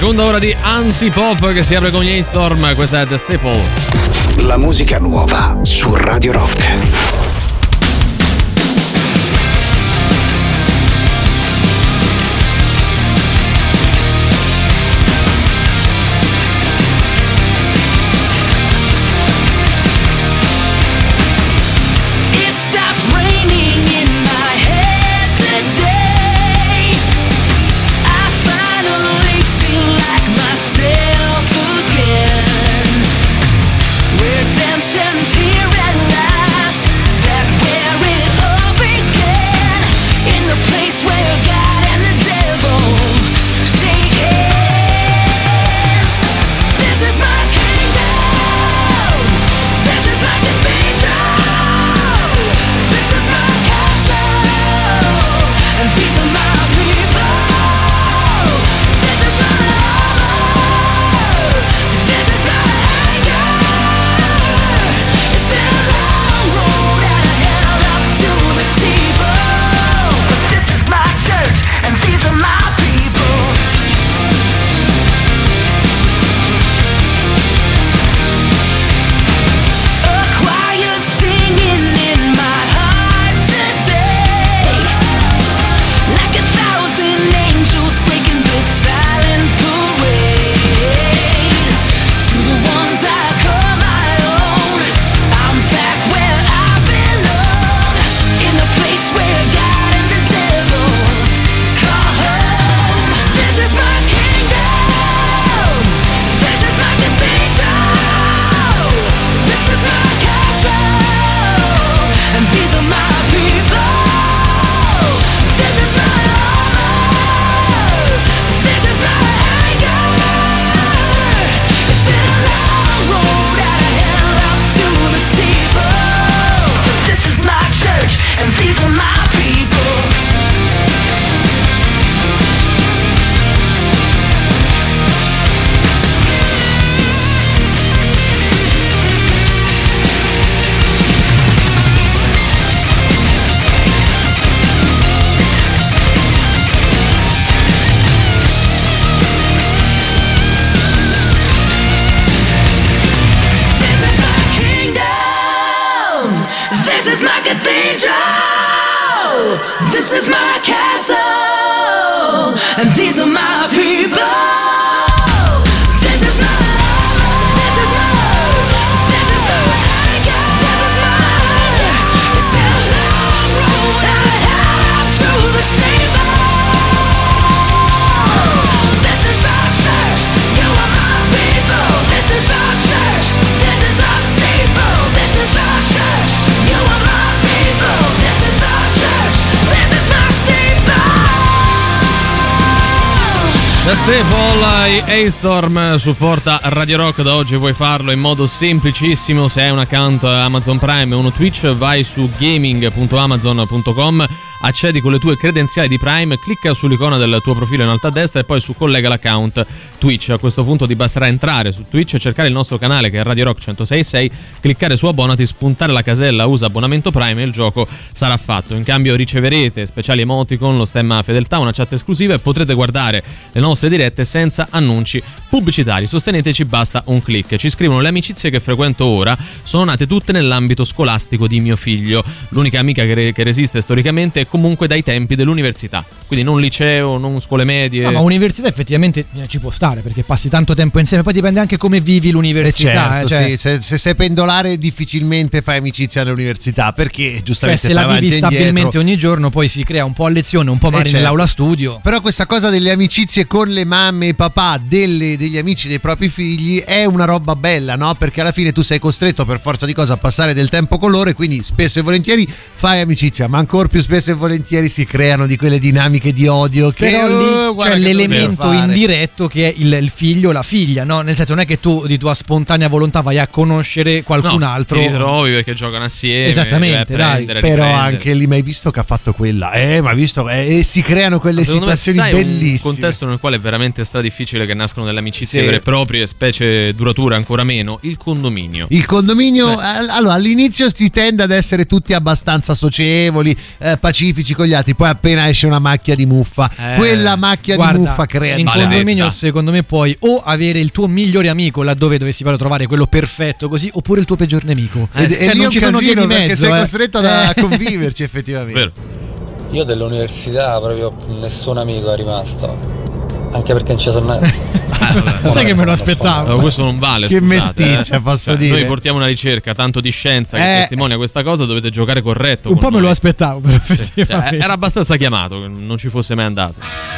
seconda ora di Antipop che si apre con gli Ainstorm. Questa è The Staple. La musica nuova su Radio Rock. Redemption's here at last. That where it all began. In the place where God and the devil shake hands. This is my kingdom. This is my cathedral. This is my castle. And these are my people. This is my love. This is my anger. It's been a long road and a hell up to the steeple. But this is my church and these are my people. A choir singing in my heart today. Like 1,000 angels breaking the silent parade. To the ones I call my own, I'm back where I belong. In the place where God and the devil call home. This is my kingdom. This is my cathedral. This is my castle. And these are my people. This is my love. This is my anger. It's been a long road and a hell up to the steeple. But this is my church and these are my people. This is my kingdom. This is my cathedral. This is my castle. And these are my people. This is my love. This is my love. This is my anger. This is my anger. It's been a long road and a hell up to the steeple. This is our church. You are my people. This is our church. This is our steeple. This is our church. You are my people. This is our church. This is my steeple. The Staple, Ainstorm supporta Radio Rock. Da oggi puoi farlo in modo semplicissimo. Se hai un account Amazon Prime o uno Twitch, vai su gaming.amazon.com, accedi con le tue credenziali di Prime, clicca sull'icona del tuo profilo in alto a destra e poi su collega l'account Twitch. A questo punto ti basterà entrare su Twitch, cercare il nostro canale che è Radio Rock 106.6, cliccare su abbonati, spuntare la casella usa abbonamento Prime e il gioco sarà fatto. In cambio riceverete speciali emoticon, lo stemma fedeltà, una chat esclusiva e potrete guardare le nostre dirette senza annunci pubblicitari. Sosteneteci, basta un click. Ci scrivono: le amicizie che frequento ora sono nate tutte nell'ambito scolastico di mio figlio. L'unica amica che resiste storicamente è comunque dai tempi dell'università, quindi non liceo, non scuole medie. No, ma università effettivamente ci può stare perché passi tanto tempo insieme, poi dipende anche come vivi l'università. Certo, sì, se sei pendolare difficilmente fai amicizia all'università, perché giustamente se la vivi stabilmente ogni giorno poi si crea un po' a lezione, un po' magari nell'aula studio. Però questa cosa delle amicizie con le mamme e papà degli amici dei propri figli è una roba bella, no? Perché alla fine tu sei costretto per forza di cosa a passare del tempo con loro e quindi spesso e volentieri fai amicizia, ma ancora più spesso e volentieri si creano di quelle dinamiche di odio che però lì c'è l'elemento indiretto che è il figlio o la figlia, no? Nel senso non è che tu di tua spontanea volontà vai a conoscere qualcun altro, ti ritrovi perché giocano assieme, esattamente, però anche lì mai visto che ha fatto quella, ma visto e si creano quelle situazioni bellissime. Un contesto nel quale è veramente difficile che nascono delle amicizie vere e proprie, specie durature ancora meno, il condominio. Allora all'inizio si tende ad essere tutti abbastanza socievoli, pacifici con gli altri, poi appena esce una macchia macchia di muffa. Quella macchia di muffa crea in condominio, secondo me puoi o avere il tuo migliore amico laddove dovessi farlo trovare quello perfetto così, oppure il tuo peggior nemico. E lì non ci sono vie di mezzo, perché sei costretto a conviverci effettivamente. Vero. Io dell'università proprio nessun amico è rimasto. Anche perché non ci sono sai che me lo aspettavo. No, questo non vale. Che scusate, mestizia, posso dire. Noi portiamo una ricerca tanto di scienza che testimonia questa cosa. Dovete giocare corretto. Un po' me lo aspettavo, però era abbastanza chiamato, che non ci fosse mai andato.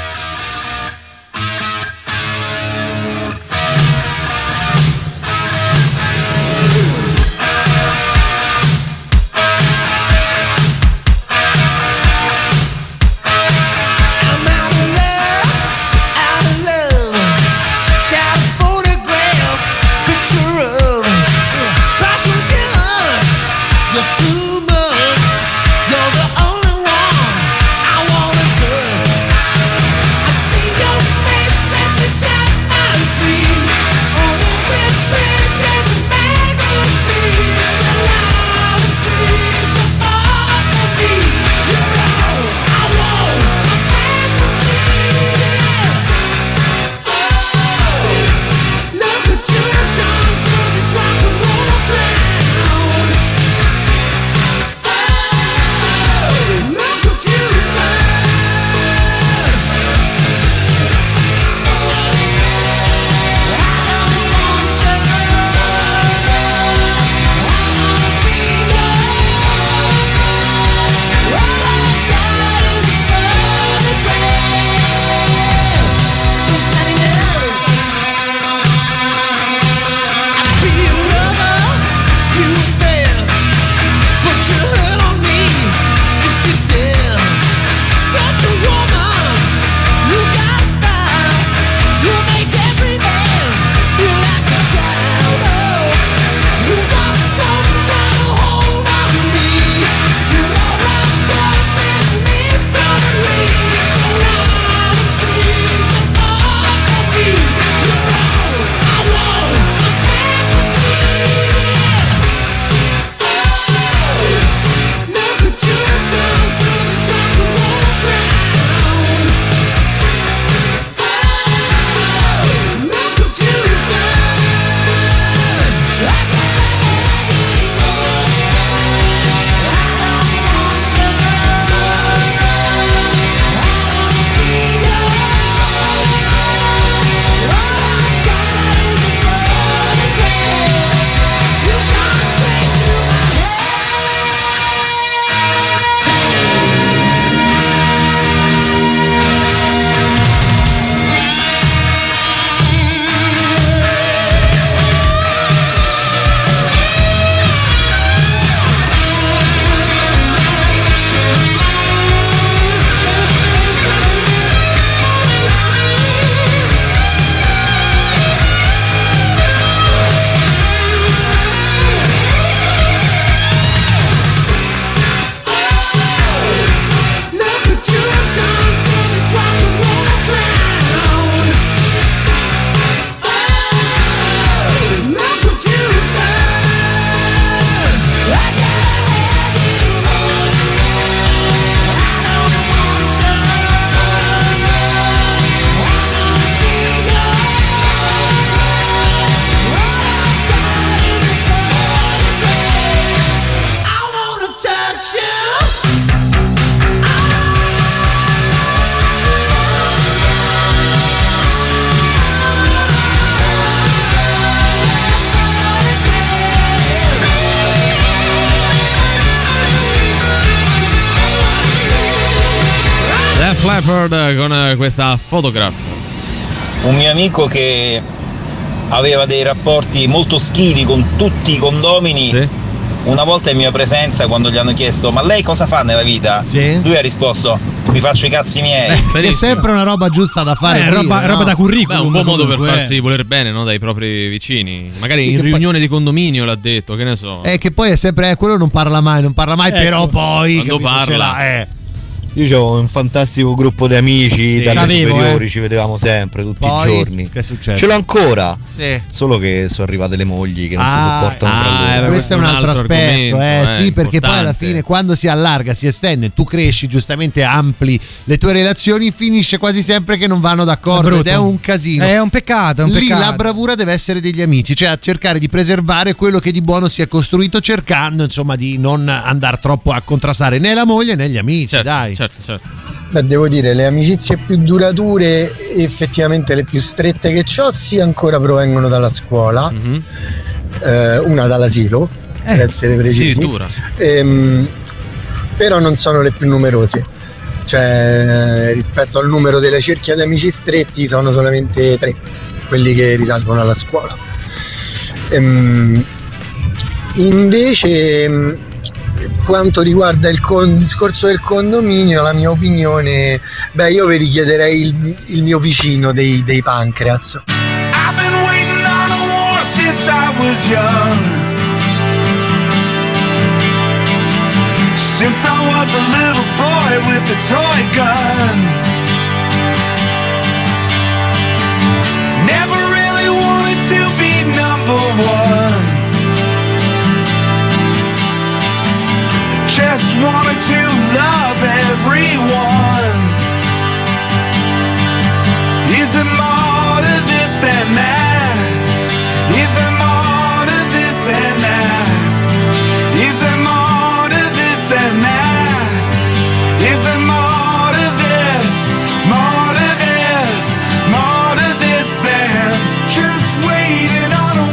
Leppard con questa Photograph. Un mio amico che aveva dei rapporti molto schivi con tutti i condomini. Sì. Una volta in mia presenza, quando gli hanno chiesto ma lei cosa fa nella vita? Sì. Lui ha risposto mi faccio i cazzi miei. È sempre una roba giusta da fare. Roba da curriculum. Beh, un buon modo per farsi voler bene, no, dai propri vicini. Magari sì, in riunione poi... di condominio l'ha detto, che ne so. Che poi è sempre quello non parla mai, però poi quando parla Io c'ho un fantastico gruppo di amici dalle superiori, ci vedevamo sempre, tutti Poi, i giorni. che è successo? Ce l'ho ancora, Sì. solo che sono arrivate le mogli che non si sopportano tra loro. Questo è un altro aspetto, sì, perché poi alla fine quando si allarga, si estende, tu cresci, giustamente ampli le tue relazioni, finisce quasi sempre che non vanno d'accordo ed è un casino. È un peccato, Lì la bravura deve essere degli amici, cioè a cercare di preservare quello che di buono si è costruito, cercando insomma di non andare troppo a contrastare né la moglie né gli amici, dai. Certo. Beh, devo dire, le amicizie più durature, effettivamente le più strette che ho, sì, ancora provengono dalla scuola, una dall'asilo, per essere precisi, però non sono le più numerose, cioè rispetto al numero delle cerchia di amici stretti sono solamente 3 quelli che risalgono alla scuola. Invece, quanto riguarda il discorso del condominio, la mia opinione, io vi richiederei il mio vicino dei Pancreas. I've been waiting on a war since I was young, since I was a little boy with a toy gun. Never really wanted to be number one, just wanted to love everyone. Is it more to this than that? Is it more to this than that? Is it more to this than that? Is it more to this? More to this? More to this than just waiting on a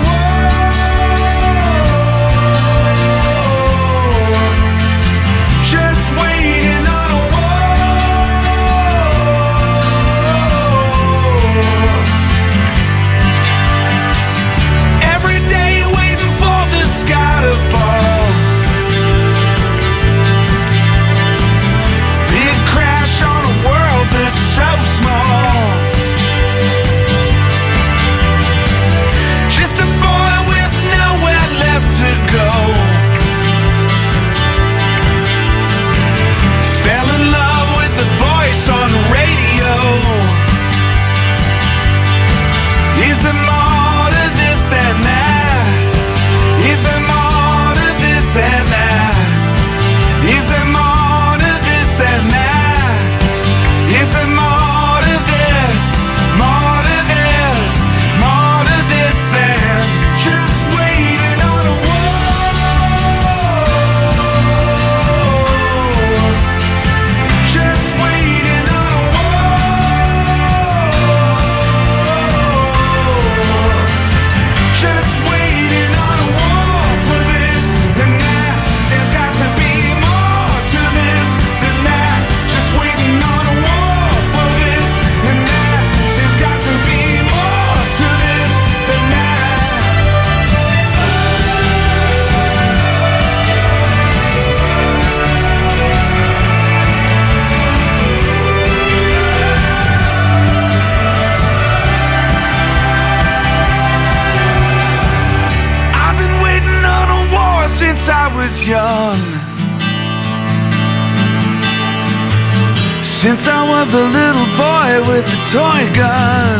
young, since I was a little boy with a toy gun.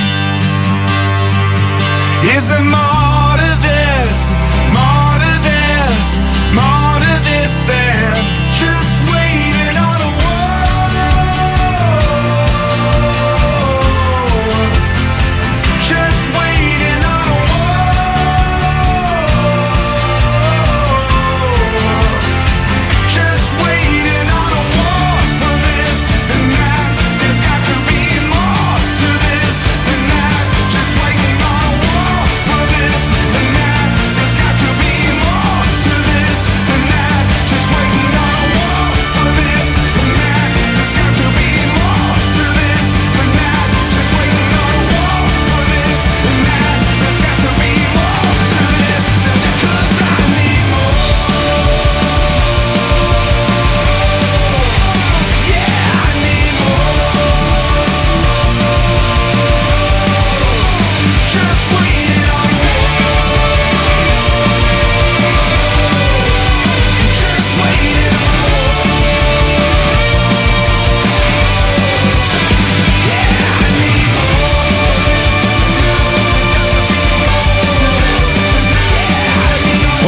Is it more to this? More to this? More to this than just waiting on a war? Just waiting on a for this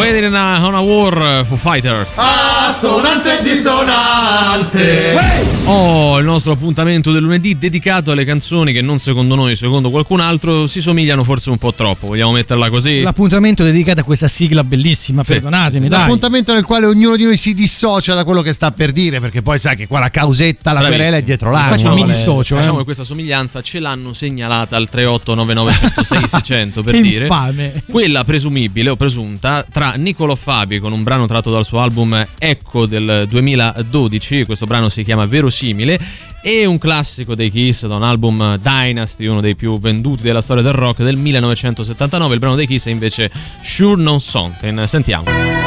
Waiting on a War, Foo Fighters. Assonanze e dissonanze. Oh, il nostro appuntamento del lunedì dedicato alle canzoni che non secondo noi, secondo qualcun altro, si somigliano forse un po' troppo. Vogliamo metterla così? L'appuntamento dedicato a questa sigla bellissima, perdonatemi, dai. L'appuntamento nel quale ognuno di noi si dissocia da quello che sta per dire, perché poi sai che qua la causetta, la querela è dietro l'angolo. Mi dissocio. Diciamo che questa somiglianza ce l'hanno segnalata al 3899106600 per dire. Infame. Quella presumibile o presunta tra Niccolò Fabi con un brano tratto dal suo album Ecco del 2012, questo brano si chiama Verosimile, e un classico dei Kiss da un album Dynasty, uno dei più venduti della storia del rock, del 1979. Il brano dei Kiss è invece Sure Know Something. Sentiamo.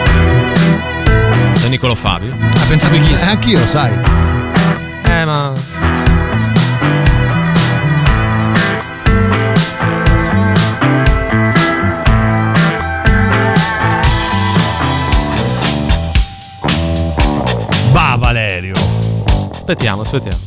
Sei Niccolò Fabi? Ah, pensavo ai Kiss. Anch'io, sai. Ma va Valerio. Aspettiamo.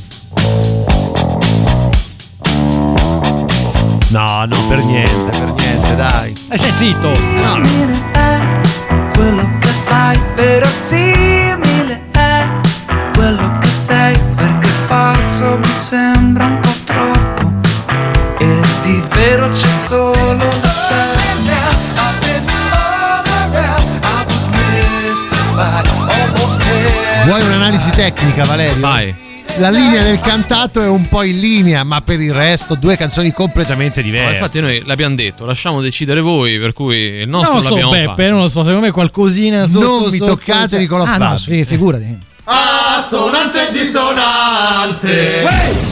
No, non per niente, dai. Stai zitto. È quello che fai, verosimile è quello che sei, perché falso mi sembra un po' troppo e di vero c'è solo da te. Vuoi un'analisi tecnica, Valerio? vai. La linea del cantato è un po' in linea, ma per il resto due canzoni completamente diverse. Infatti noi l'abbiamo detto, lasciamo decidere voi, per cui il nostro l'abbiamo fatto. Non lo so, secondo me qualcosina Non mi toccate Niccolò Fabi. No, figurati. Assonanze e dissonanze.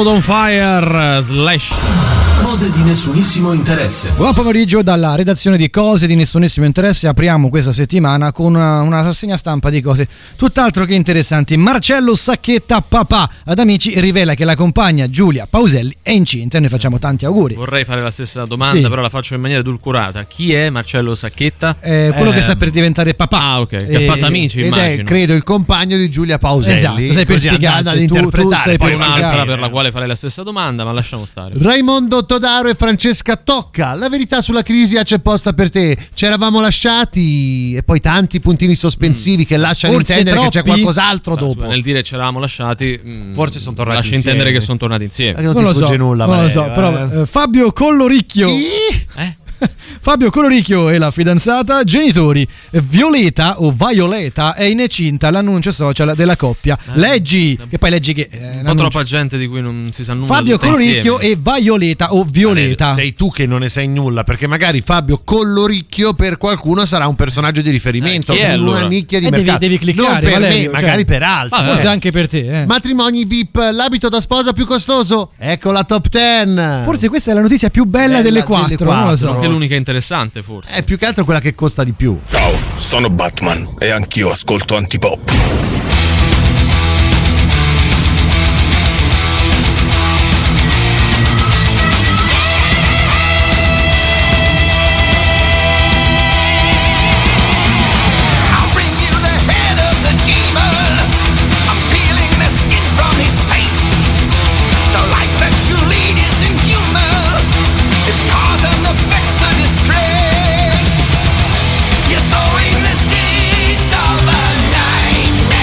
World on Fire Slash. Cose di nessunissimo interesse. Buon pomeriggio dalla redazione di Cose di nessunissimo interesse. Apriamo questa settimana con una rassegna stampa di cose tutt'altro che interessanti. Marcello Sacchetta, papà, ad Amici rivela che la compagna Giulia Pauselli è incinta e noi facciamo tanti auguri. Vorrei fare la stessa domanda, però la faccio in maniera edulcorata. Chi è Marcello Sacchetta? Quello che sta per diventare papà. Ah, ok. Che ha fatto Amici, ed immagino. È, credo, il compagno di Giulia Pauselli. Esatto, sei per spiegare ad interpretare. Poi un'altra per la quale farei la stessa domanda, ma lasciamo stare. Raimondo Todaro e Francesca Tocca. La verità sulla crisi c'è posta per te. Ci eravamo lasciati e poi tanti puntini sospensivi che lasciano Forse intendere troppi? che c'è qualcos'altro dopo. Nel dire ci eravamo lasciati, forse sono tornati lascia insieme. intendere che sono tornati insieme. Non lo so, nulla, non lo so, però Fabio Colloricchio. Fabio Coloricchio e la fidanzata, genitori. Violeta o Violeta è incinta, l'annuncio social della coppia. Leggi, che poi leggi che un po' troppa gente di cui non si sa nulla. Fabio Coloricchio e Violeta o Violeta. Sei tu che non ne sai nulla, perché magari Fabio Colloricchio per qualcuno sarà un personaggio di riferimento, chi è allora? Una nicchia di mercato. Devi cliccare, non per Valerio, me, magari per altri. Forse anche per te. Matrimoni VIP, l'abito da sposa più costoso. Ecco la top 10. Forse questa è la notizia più bella delle quattro. Non lo so. Che è l'unica interessante, forse. È più che altro quella che costa di più. Ciao, sono Batman e anch'io ascolto Antipop. You're sowing the seeds of a nightmare.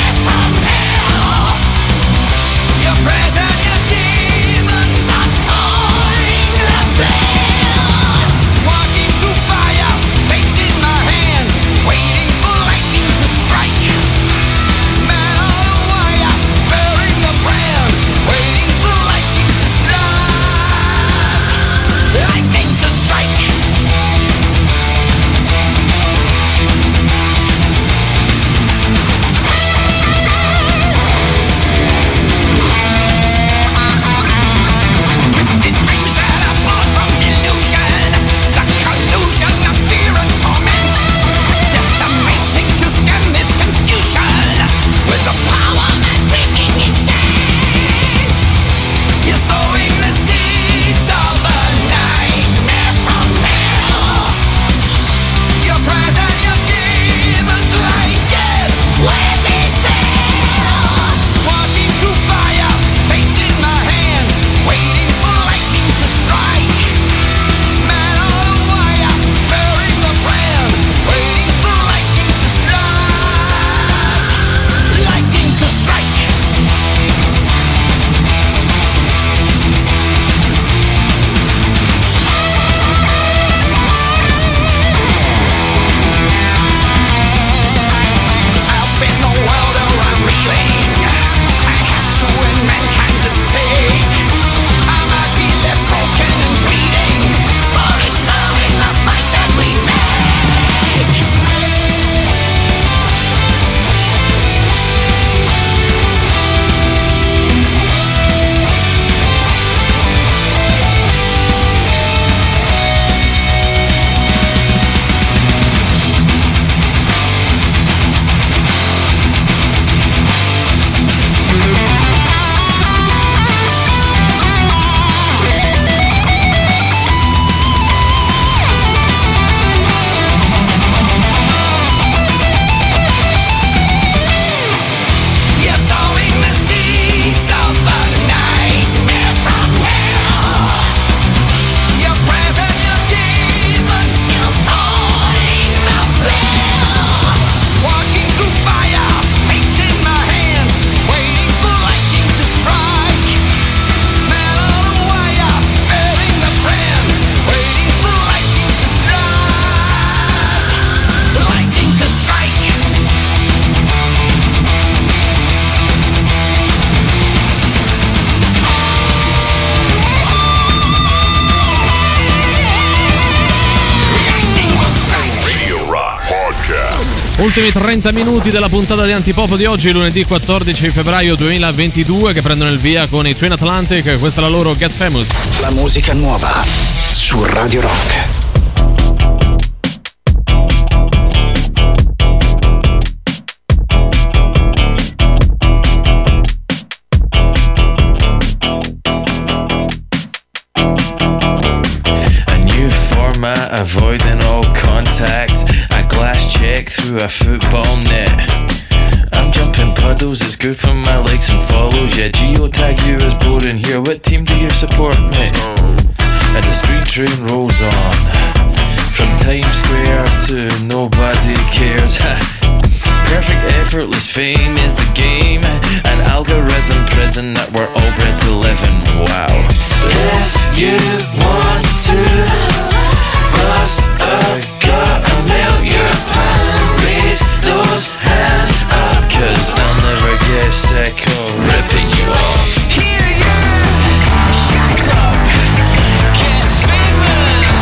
Ultimi 30 minuti della puntata di Antipop di oggi, lunedì 14 febbraio 2022, che prendono il via con i Twin Atlantic. Questa è la loro Get Famous. La musica nuova su Radio Rock. Avoiding all contact, a glass check through a football net. I'm jumping puddles, it's good for my legs and follows. Yeah, geotag you is boring here. What team do you support, mate? And the street train rolls on, from Times Square to nobody cares. Perfect effortless fame is the game, an algorithm prison that we're all bred to live in. Wow. If you want to bust a gut, I'll melt your pan. Raise those hands up, 'cause I'll never get sick of ripping you off. Hear ya, shut up, get famous.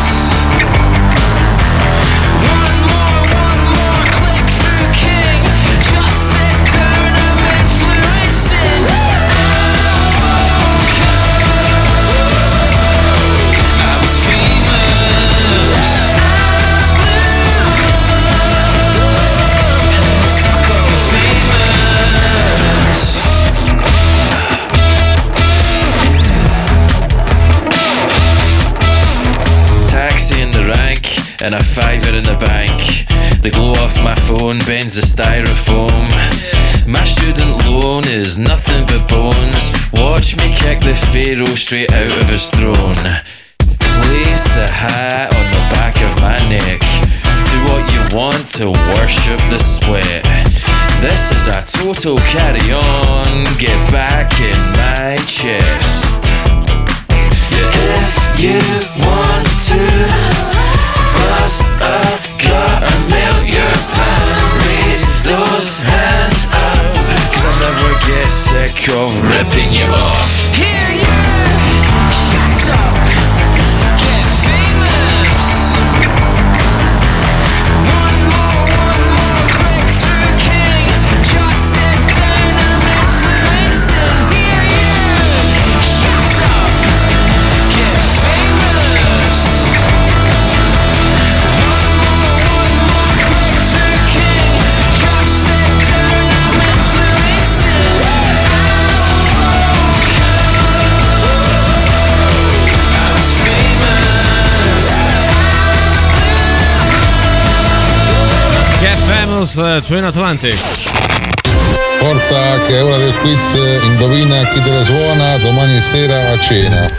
One more click through King. Just sit down, I'm influencing. I was famous. Taxi in the rank and a fiver in the bank. The glow off my phone bends the styrofoam. My student loan is nothing but bones. Watch me kick the pharaoh straight out of his throne. Place the hat on the back of my neck. Do what you want to worship the sweat. This is a total carry on. Get back in my chest. Yeah, if you want to bust a gut or melt your pan, raise those hands up, 'cause I'll never get sick of ripping you off. Hear ya, shut up, get famous. One more click through King. Just sit down, I'm influencing. Hear ya, shut up, get famous. One more click through King. Just sit down, I'm influencing. I was famous. Get Famous, Twin Atlantic. Forza, che è ora del quiz. Indovina chi te la suona domani sera a cena.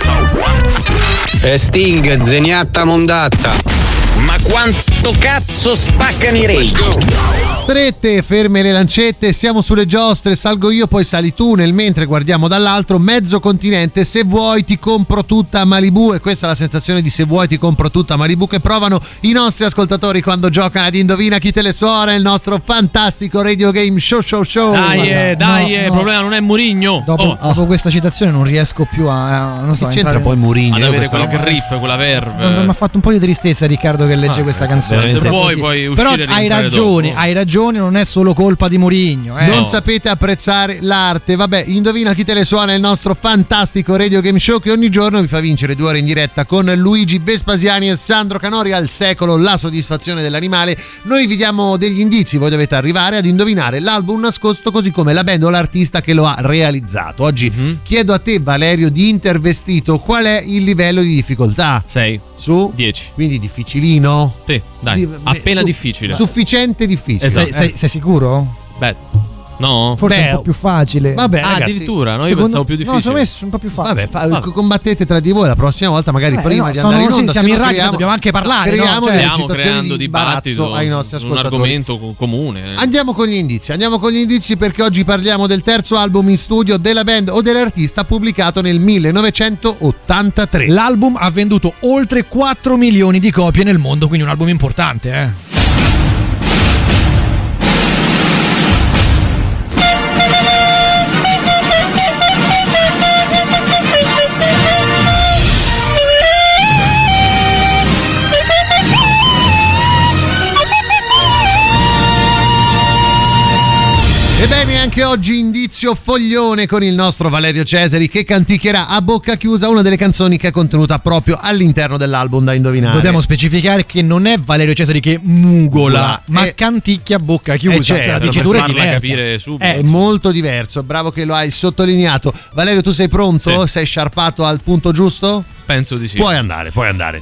Sting, Zeniatta Mondatta. Ma quanto cazzo spaccano i Rage? Strette, ferme le lancette, siamo sulle giostre, salgo io, poi sali tu, nel mentre guardiamo dall'altro, mezzo continente, se vuoi ti compro tutta a Malibu. E questa è la sensazione di se vuoi ti compro tutta a Malibu che provano i nostri ascoltatori quando giocano ad Indovina chi te le suona, il nostro fantastico radio game show. Il problema non è Mourinho. Dopo questa citazione non riesco più a non so, che c'entra poi Mourinho ad avere quella grip, quella verve. Mi ha fatto un po' di tristezza Riccardo che legge questa canzone. Se vuoi puoi uscire. Però hai ragione, non è solo colpa di Mourinho. Non sapete apprezzare l'arte. Vabbè, Indovina chi te le suona, il nostro fantastico radio game show che ogni giorno vi fa vincere 2 ore in diretta con Luigi Vespasiani e Sandro Canori. Al secolo la soddisfazione dell'animale. Noi vi diamo degli indizi, voi dovete arrivare ad indovinare l'album nascosto così come la band o l'artista che lo ha realizzato. Oggi chiedo a te, Valerio, di Intervestito, qual è il livello di difficoltà? 6 su 10. Quindi difficilino? Sì, dai, appena difficile. Sufficiente difficile. Esatto. Sei sicuro? Beh, no? Forse è un po' più facile. Vabbè, ragazzi, addirittura, io pensavo più difficile. No, secondo me è un po' più facile. Vabbè, combattete tra di voi la prossima volta, magari prima di andare in onda. Siamo in radio, dobbiamo anche parlare. Creiamo delle stiamo situazioni creando di dibattito imbarazzo ai nostri ascoltatori. Un argomento comune. Andiamo con gli indizi perché oggi parliamo del terzo album in studio della band o dell'artista pubblicato nel 1983. L'album ha venduto oltre 4 milioni di copie nel mondo, quindi un album importante, Ebbene, anche oggi indizio foglione con il nostro Valerio Cesari, che canticchierà a bocca chiusa una delle canzoni che è contenuta proprio all'interno dell'album da indovinare. Dobbiamo specificare che non è Valerio Cesari che mugola, ma canticchia a bocca chiusa, certo, cioè la dicitura è farla diversa. capire subito. È molto diverso, bravo che lo hai sottolineato. Valerio, tu sei pronto? Sì. Sei sciarpato al punto giusto? Penso di sì. Puoi andare.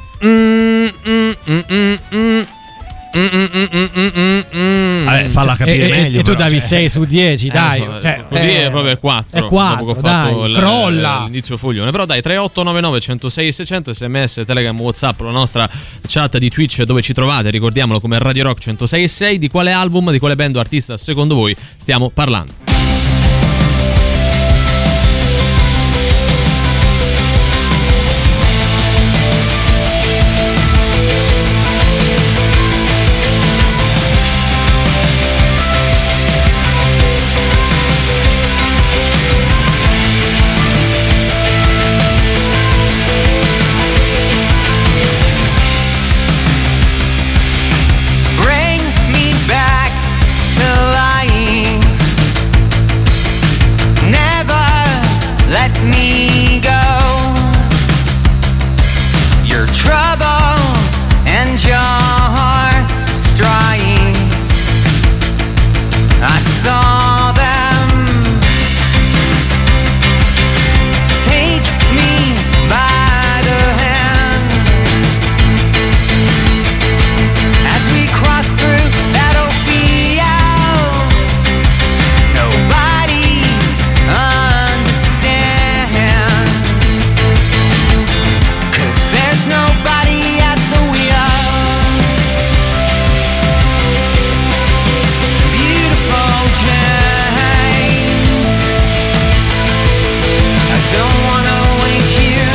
Vabbè, falla capire meglio. E tu però, davi cioè. 6 su 10, dai. Così è proprio 4. È 4, dopo che ho dai, fatto crolla. l'inizio foglione. Però dai, 3899 106 600 SMS, Telegram, WhatsApp, la nostra chat di Twitch dove ci trovate, ricordiamolo, come Radio Rock 106 6. Di quale album, di quale band o artista secondo voi stiamo parlando? Bring me back to life. Never let me go. Your troubles and your strife, I saw them. Take me by the hand as we cross through battlefields. Nobody understands, 'cause there's nobody at the wheel. Beautiful James, I don't wanna wake you.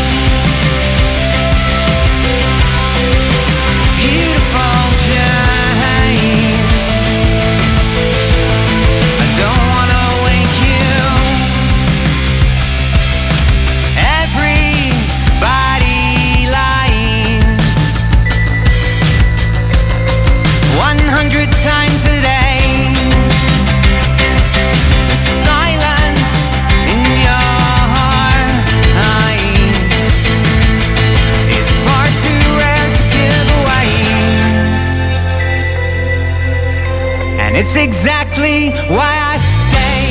Beautiful James, I don't wanna wake you. Everybody lies 100 times a day. The silence in your eyes is far too rare to give away, and it's exactly why I stay.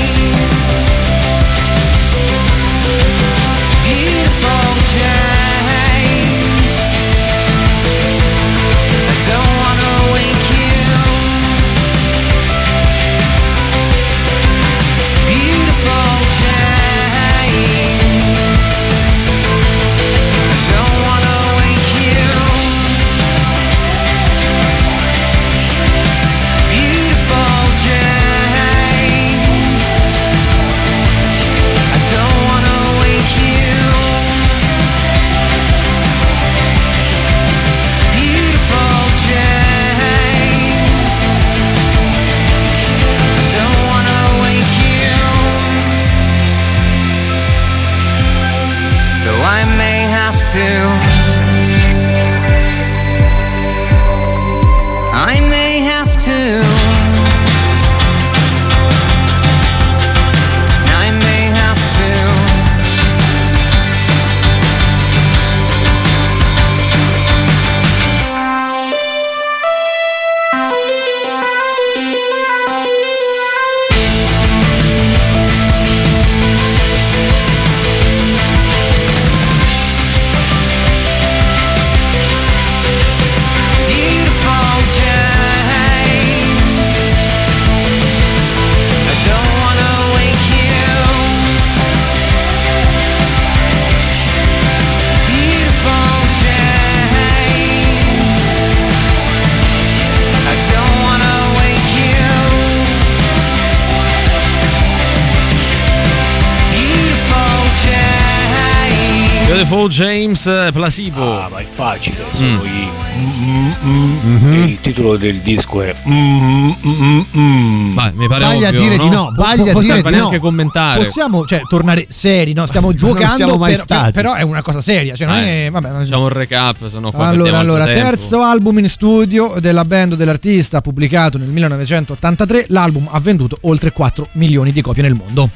Beautiful James, I don't wanna wake you. Beautiful James, I don't wanna wake you. Beautiful James, I don't wanna wake you. Beautiful James, I don't wanna wake you. Though I may have to, I may have to, I may have to. Defoe, James, Placebo. Ah, ma è facile, sono il titolo del disco è Vai, mi pare Sbaglia ovvio, a dire no? di no, sbaglia a dire di neanche no. commentare. Possiamo, cioè, tornare seri, no? Stiamo giocando, siamo mai stati. però è una cosa seria, cioè non è, vabbè, Facciamo un recap, se no qua allora tempo. terzo album in studio della band dell'artista, pubblicato nel 1983. L'album ha venduto oltre 4 milioni di copie nel mondo.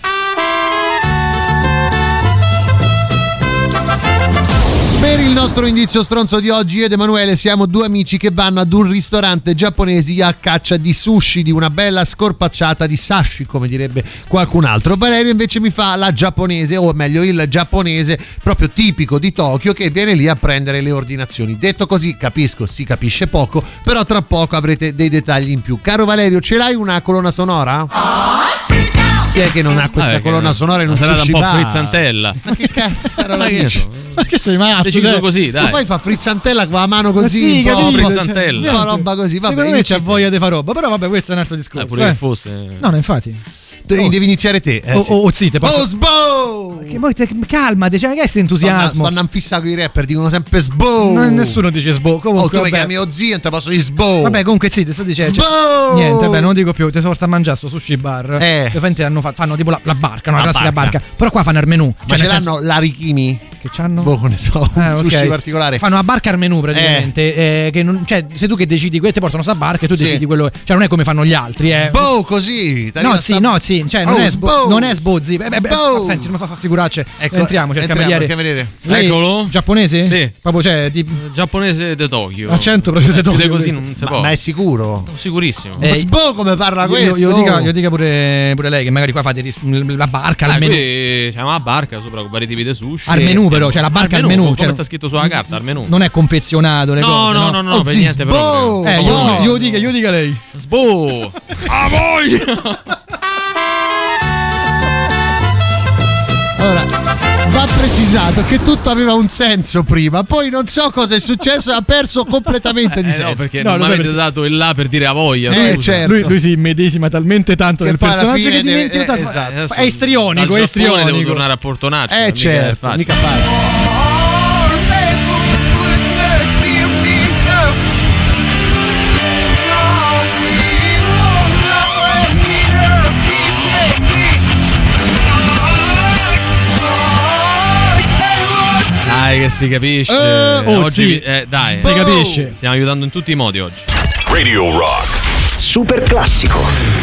Per il nostro indizio stronzo di oggi, io ed Emanuele siamo due amici che vanno ad un ristorante giapponese a caccia di sushi, di una bella scorpacciata di sashi, come direbbe qualcun altro. Valerio invece mi fa la giapponese, o meglio il giapponese proprio tipico di Tokyo, che viene lì a prendere le ordinazioni. Detto così, capisco, si capisce poco, però tra poco avrete dei dettagli in più. Caro Valerio, ce l'hai una colonna sonora? Chi è che non ha questa colonna sonora in un sarà sushi un po' bar? frizzantella. Ma che cazzo era la Ma che dici? so? Ma che sei matto? Deciso così, dai. Ma poi fa frizzantella con la mano così, Sì, un po' capito, frizzantella. un po' roba così. Vabbè, Secondo me c'ha voglia di fare roba, però vabbè, questo è un altro discorso. Pure che fosse. No, infatti. Devi iniziare te. Zite, Sbo! Che poi calmate, cioè, che è questo entusiasmo? Stanno fissato con i rapper, dicono sempre Sbo. Nessuno dice Sbo. Comunque, tu mi chiami mio zio, non te posso dire Sbo. Vabbè, comunque zite, sto dicendo. Sbo! Niente, vabbè, non dico più. Ti porta a mangiare sto sushi bar. Fanno tipo la barca, no? La classica barca. Però qua fanno il menù. Ma ce l'hanno l'Arikimi? Che c'hanno? Boh, ne so, un sushi particolare. Fanno una barca al menù praticamente. Che non, cioè, sei tu che decidi, questi portano sta barca e tu decidi quello. Cioè, non è come fanno gli altri. Sbo, così. No, sì. Cioè, non è Sbo. Non è Sbozzi. Senti, non mi fa figuracce. Entriamo, c'è il cameriere. Eccolo. Giapponese? Sì. Proprio, cioè, giapponese di Tokyo. Accento proprio di Tokyo. Così non si può. Ma è sicuro? No, sicurissimo. Sbo come parla questo? Io dica pure lei, che magari qua fate la barca al menù. C'è una barca sopra con vari tipi di sushi. Al menù però, cioè la barca al menù. Come sta scritto sulla carta, al menù. Non è confezionato le cose. No, per niente proprio. Io dica lei. Sbo! A voi! Allora, va precisato che tutto aveva un senso prima, poi non so cosa è successo, ha perso completamente di senso. No, perché non mi avete dato il là per dire a voglia. Certo. Lui si immedesima talmente tanto nel personaggio che dimentica esatto. È istrionico, è istrionico. Devo tornare a Portonaccio. Certo, mica facile. Dai che si capisce. Oggi dai, si capisce. Stiamo aiutando in tutti i modi oggi. Radio Rock Super classico.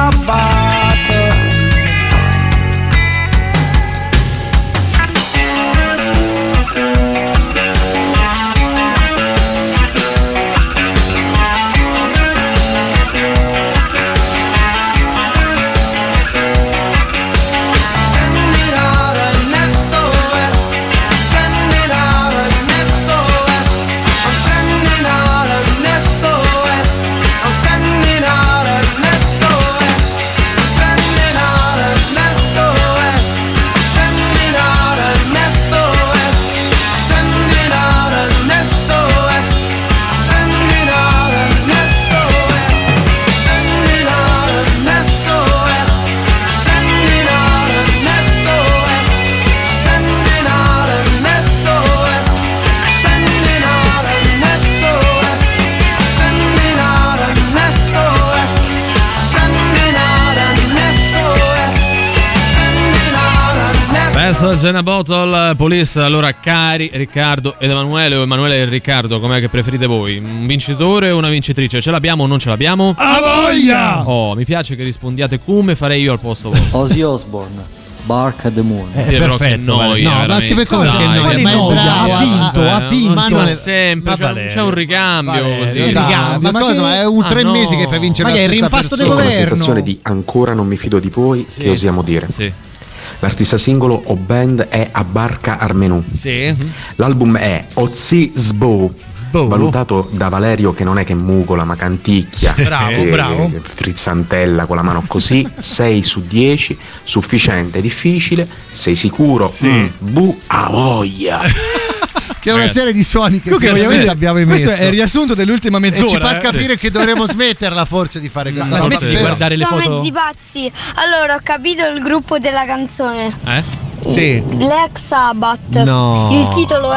my bottle. Message in a Bottle, Police. Allora, cari Riccardo ed Emanuele, o Emanuele e Riccardo, com'è che preferite voi? Un vincitore o una vincitrice? Ce l'abbiamo o non ce l'abbiamo? A voglia! Oh, mi piace che rispondiate come farei io al posto vostro. Ozzy Osbourne, Bark at the Moon. Però che noia, no, ma che per cosa che noia? noia? Ma è bravo, ha vinto. Ma sempre c'è un ricambio così. Ma cosa? È un 3 mesi che fai vincere la stessa rimpasto persona. Ho una sensazione di ancora non mi fido di voi, che osiamo dire. Sì. L'artista singolo o band è Abarca Armenù. Sì. L'album è Ozzy Sbo, valutato da Valerio, che non è che mugola ma canticchia, bravo. frizzantella con la mano così. 6 su 10, sufficiente, difficile, sei sicuro? Bu a voglia. Che è una serie di suoni che ovviamente abbiamo emesso. Questo è il riassunto dell'ultima mezz'ora. E ci fa capire che dovremo smetterla forse di fare questa cosa. Smetti di guardare le Ciao foto. mezzi pazzi. Allora, ho capito il gruppo della canzone. Sì. Black Sabbath. No. Il titolo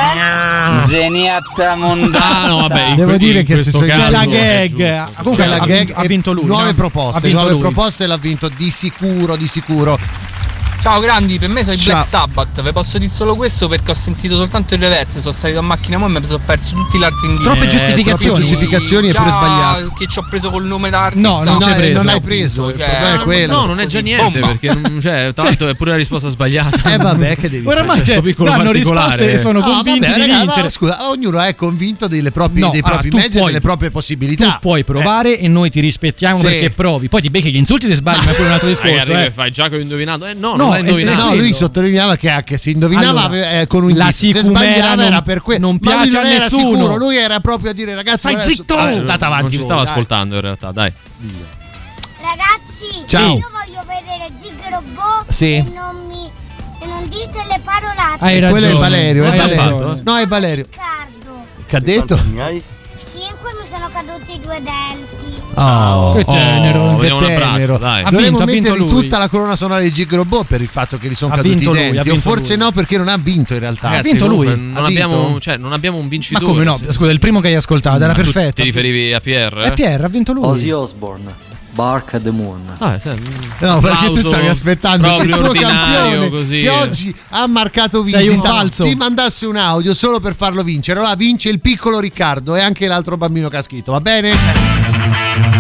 è Zeniatta Mondana. No, vabbè, devo dire che se la gag. Comunque la gag ha vinto lui. Nuove Ha proposte, vinto lui. proposte l'ha vinto di sicuro. Ciao grandi, per me sono i Ciao. Black Sabbath. Vi posso dire solo questo perché ho sentito soltanto il reverse. Sono salito a macchina e mi sono perso tutti gli altri indizi. Troppe giustificazioni è pure sbagliato. Che ci ho preso col nome d'artista. No, non hai preso. Il problema è quello. No, non è già niente, perché tra l'altro è pure la risposta sbagliata. Vabbè, che devi Oramai fare? Questo piccolo danno particolare. risposte che sono convinti di vincere. Scusa, ognuno è convinto dei propri tu mezzi e puoi- delle proprie possibilità. Tu puoi provare e noi ti rispettiamo Sì. perché provi. Poi ti becchi gli insulti se sbagli, ma è pure un altro discorso. Magari che fai già che ho indovinato. No, No, non l'hai indovinato. No, lui sottolineava che anche se indovinava Allora, con un la indizio, se sicumera sbagliava non- era per quello. non Ma lui piace non a era nessuno. sicuro, lui era proprio a dire ragazzi, Fai guarda, zitto! andate avanti Non ci stava voi, dai. ascoltando in realtà, dai. Ragazzi, Ciao. io voglio vedere Zig Robot Sì. e non dite le parolate. Hai ragione. Quello è Valerio, è Hai Valerio. ragione. No, è Valerio. Riccardo, Che ha detto? 5 mi sono caduti 2 denti. Oh, che tenero. Vogliamo un abbraccio, tenero. dai. Dovremmo Ha vinto mettergli lui. tutta la colonna sonora di Gig Robot per il fatto che gli sono Ha caduti i vinto lui, ha denti. O vinto forse lui. no, perché non ha vinto in realtà. Ragazzi, vinto lui. comunque Ha non abbiamo un Ma vincitore. come no? Scusa, il primo che hai ascoltato era Ma tu perfetto. Ti riferivi a Pierre? E Pierre ha vinto lui. Ozzy Osbourne, Bark at the Moon. No, perché tu stavi aspettando che il proprio tuo ordinario, campione così. che oggi ha marcato Sei un vincita falso. ti mandasse un audio solo per farlo vincere. Allora vince il piccolo Riccardo e anche l'altro bambino che ha scritto, va bene?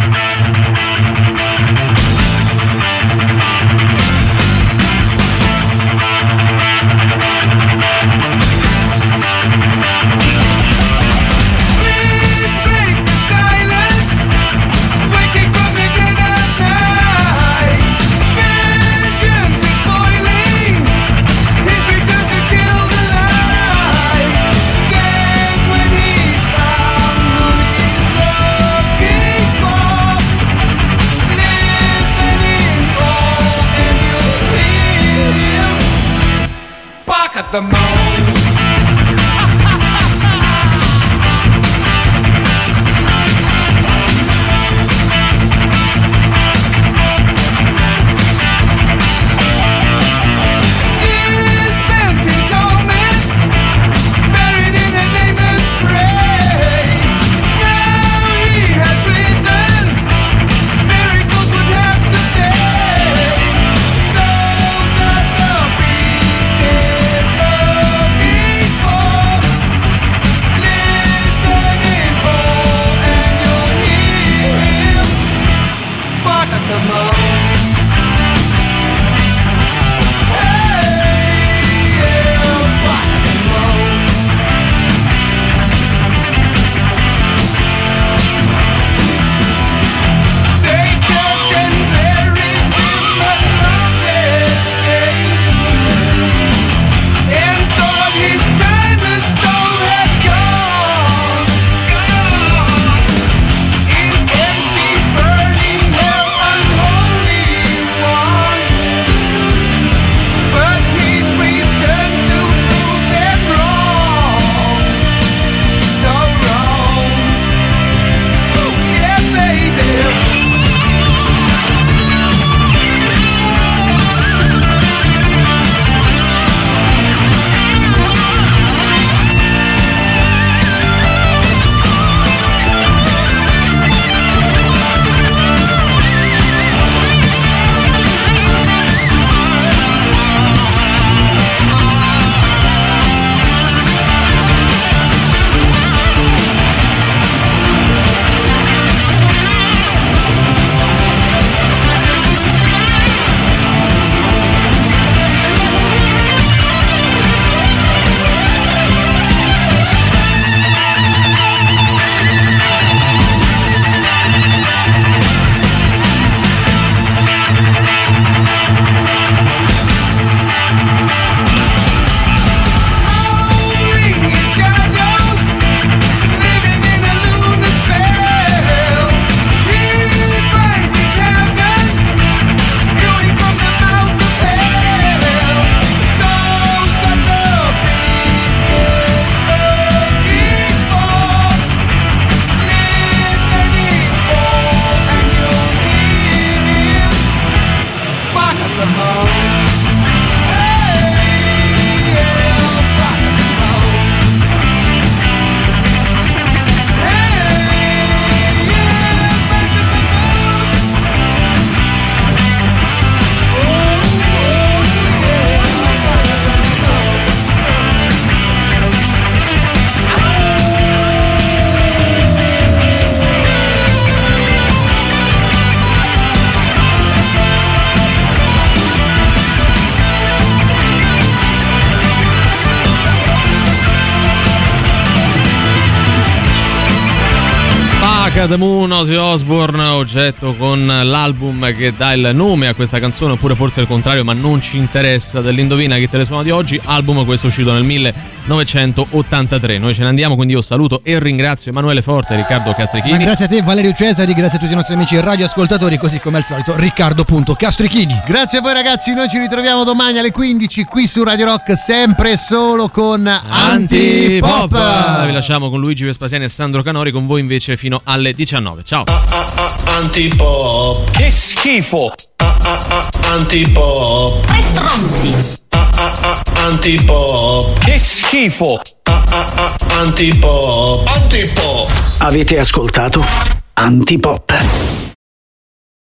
At the moon. Miracles would have to say those that the beast is Bark at the Moon, Ozzy Osbourne, oggetto con l'album che dà il nome a questa canzone, oppure forse il contrario, ma non ci interessa, dell'Indovina chi te le suona di oggi, album questo uscito nel 1983. Noi ce ne andiamo, quindi io saluto e ringrazio Emanuele Forte e Riccardo Castrichini. Ma grazie a te Valerio Cesari, grazie a tutti i nostri amici radioascoltatori, così come al solito Riccardo.Castrichini. Grazie a voi ragazzi, noi ci ritroviamo domani alle 15 qui su Radio Rock, sempre solo con Antipop. Vi lasciamo con Luigi Vespasiani e Sandro Canori, con voi invece fino alle 19. Ciao. Antipop. Che schifo. Antipop. Tre stronzi. Antipop. Che schifo. Antipop. Antipop. Avete ascoltato Antipop.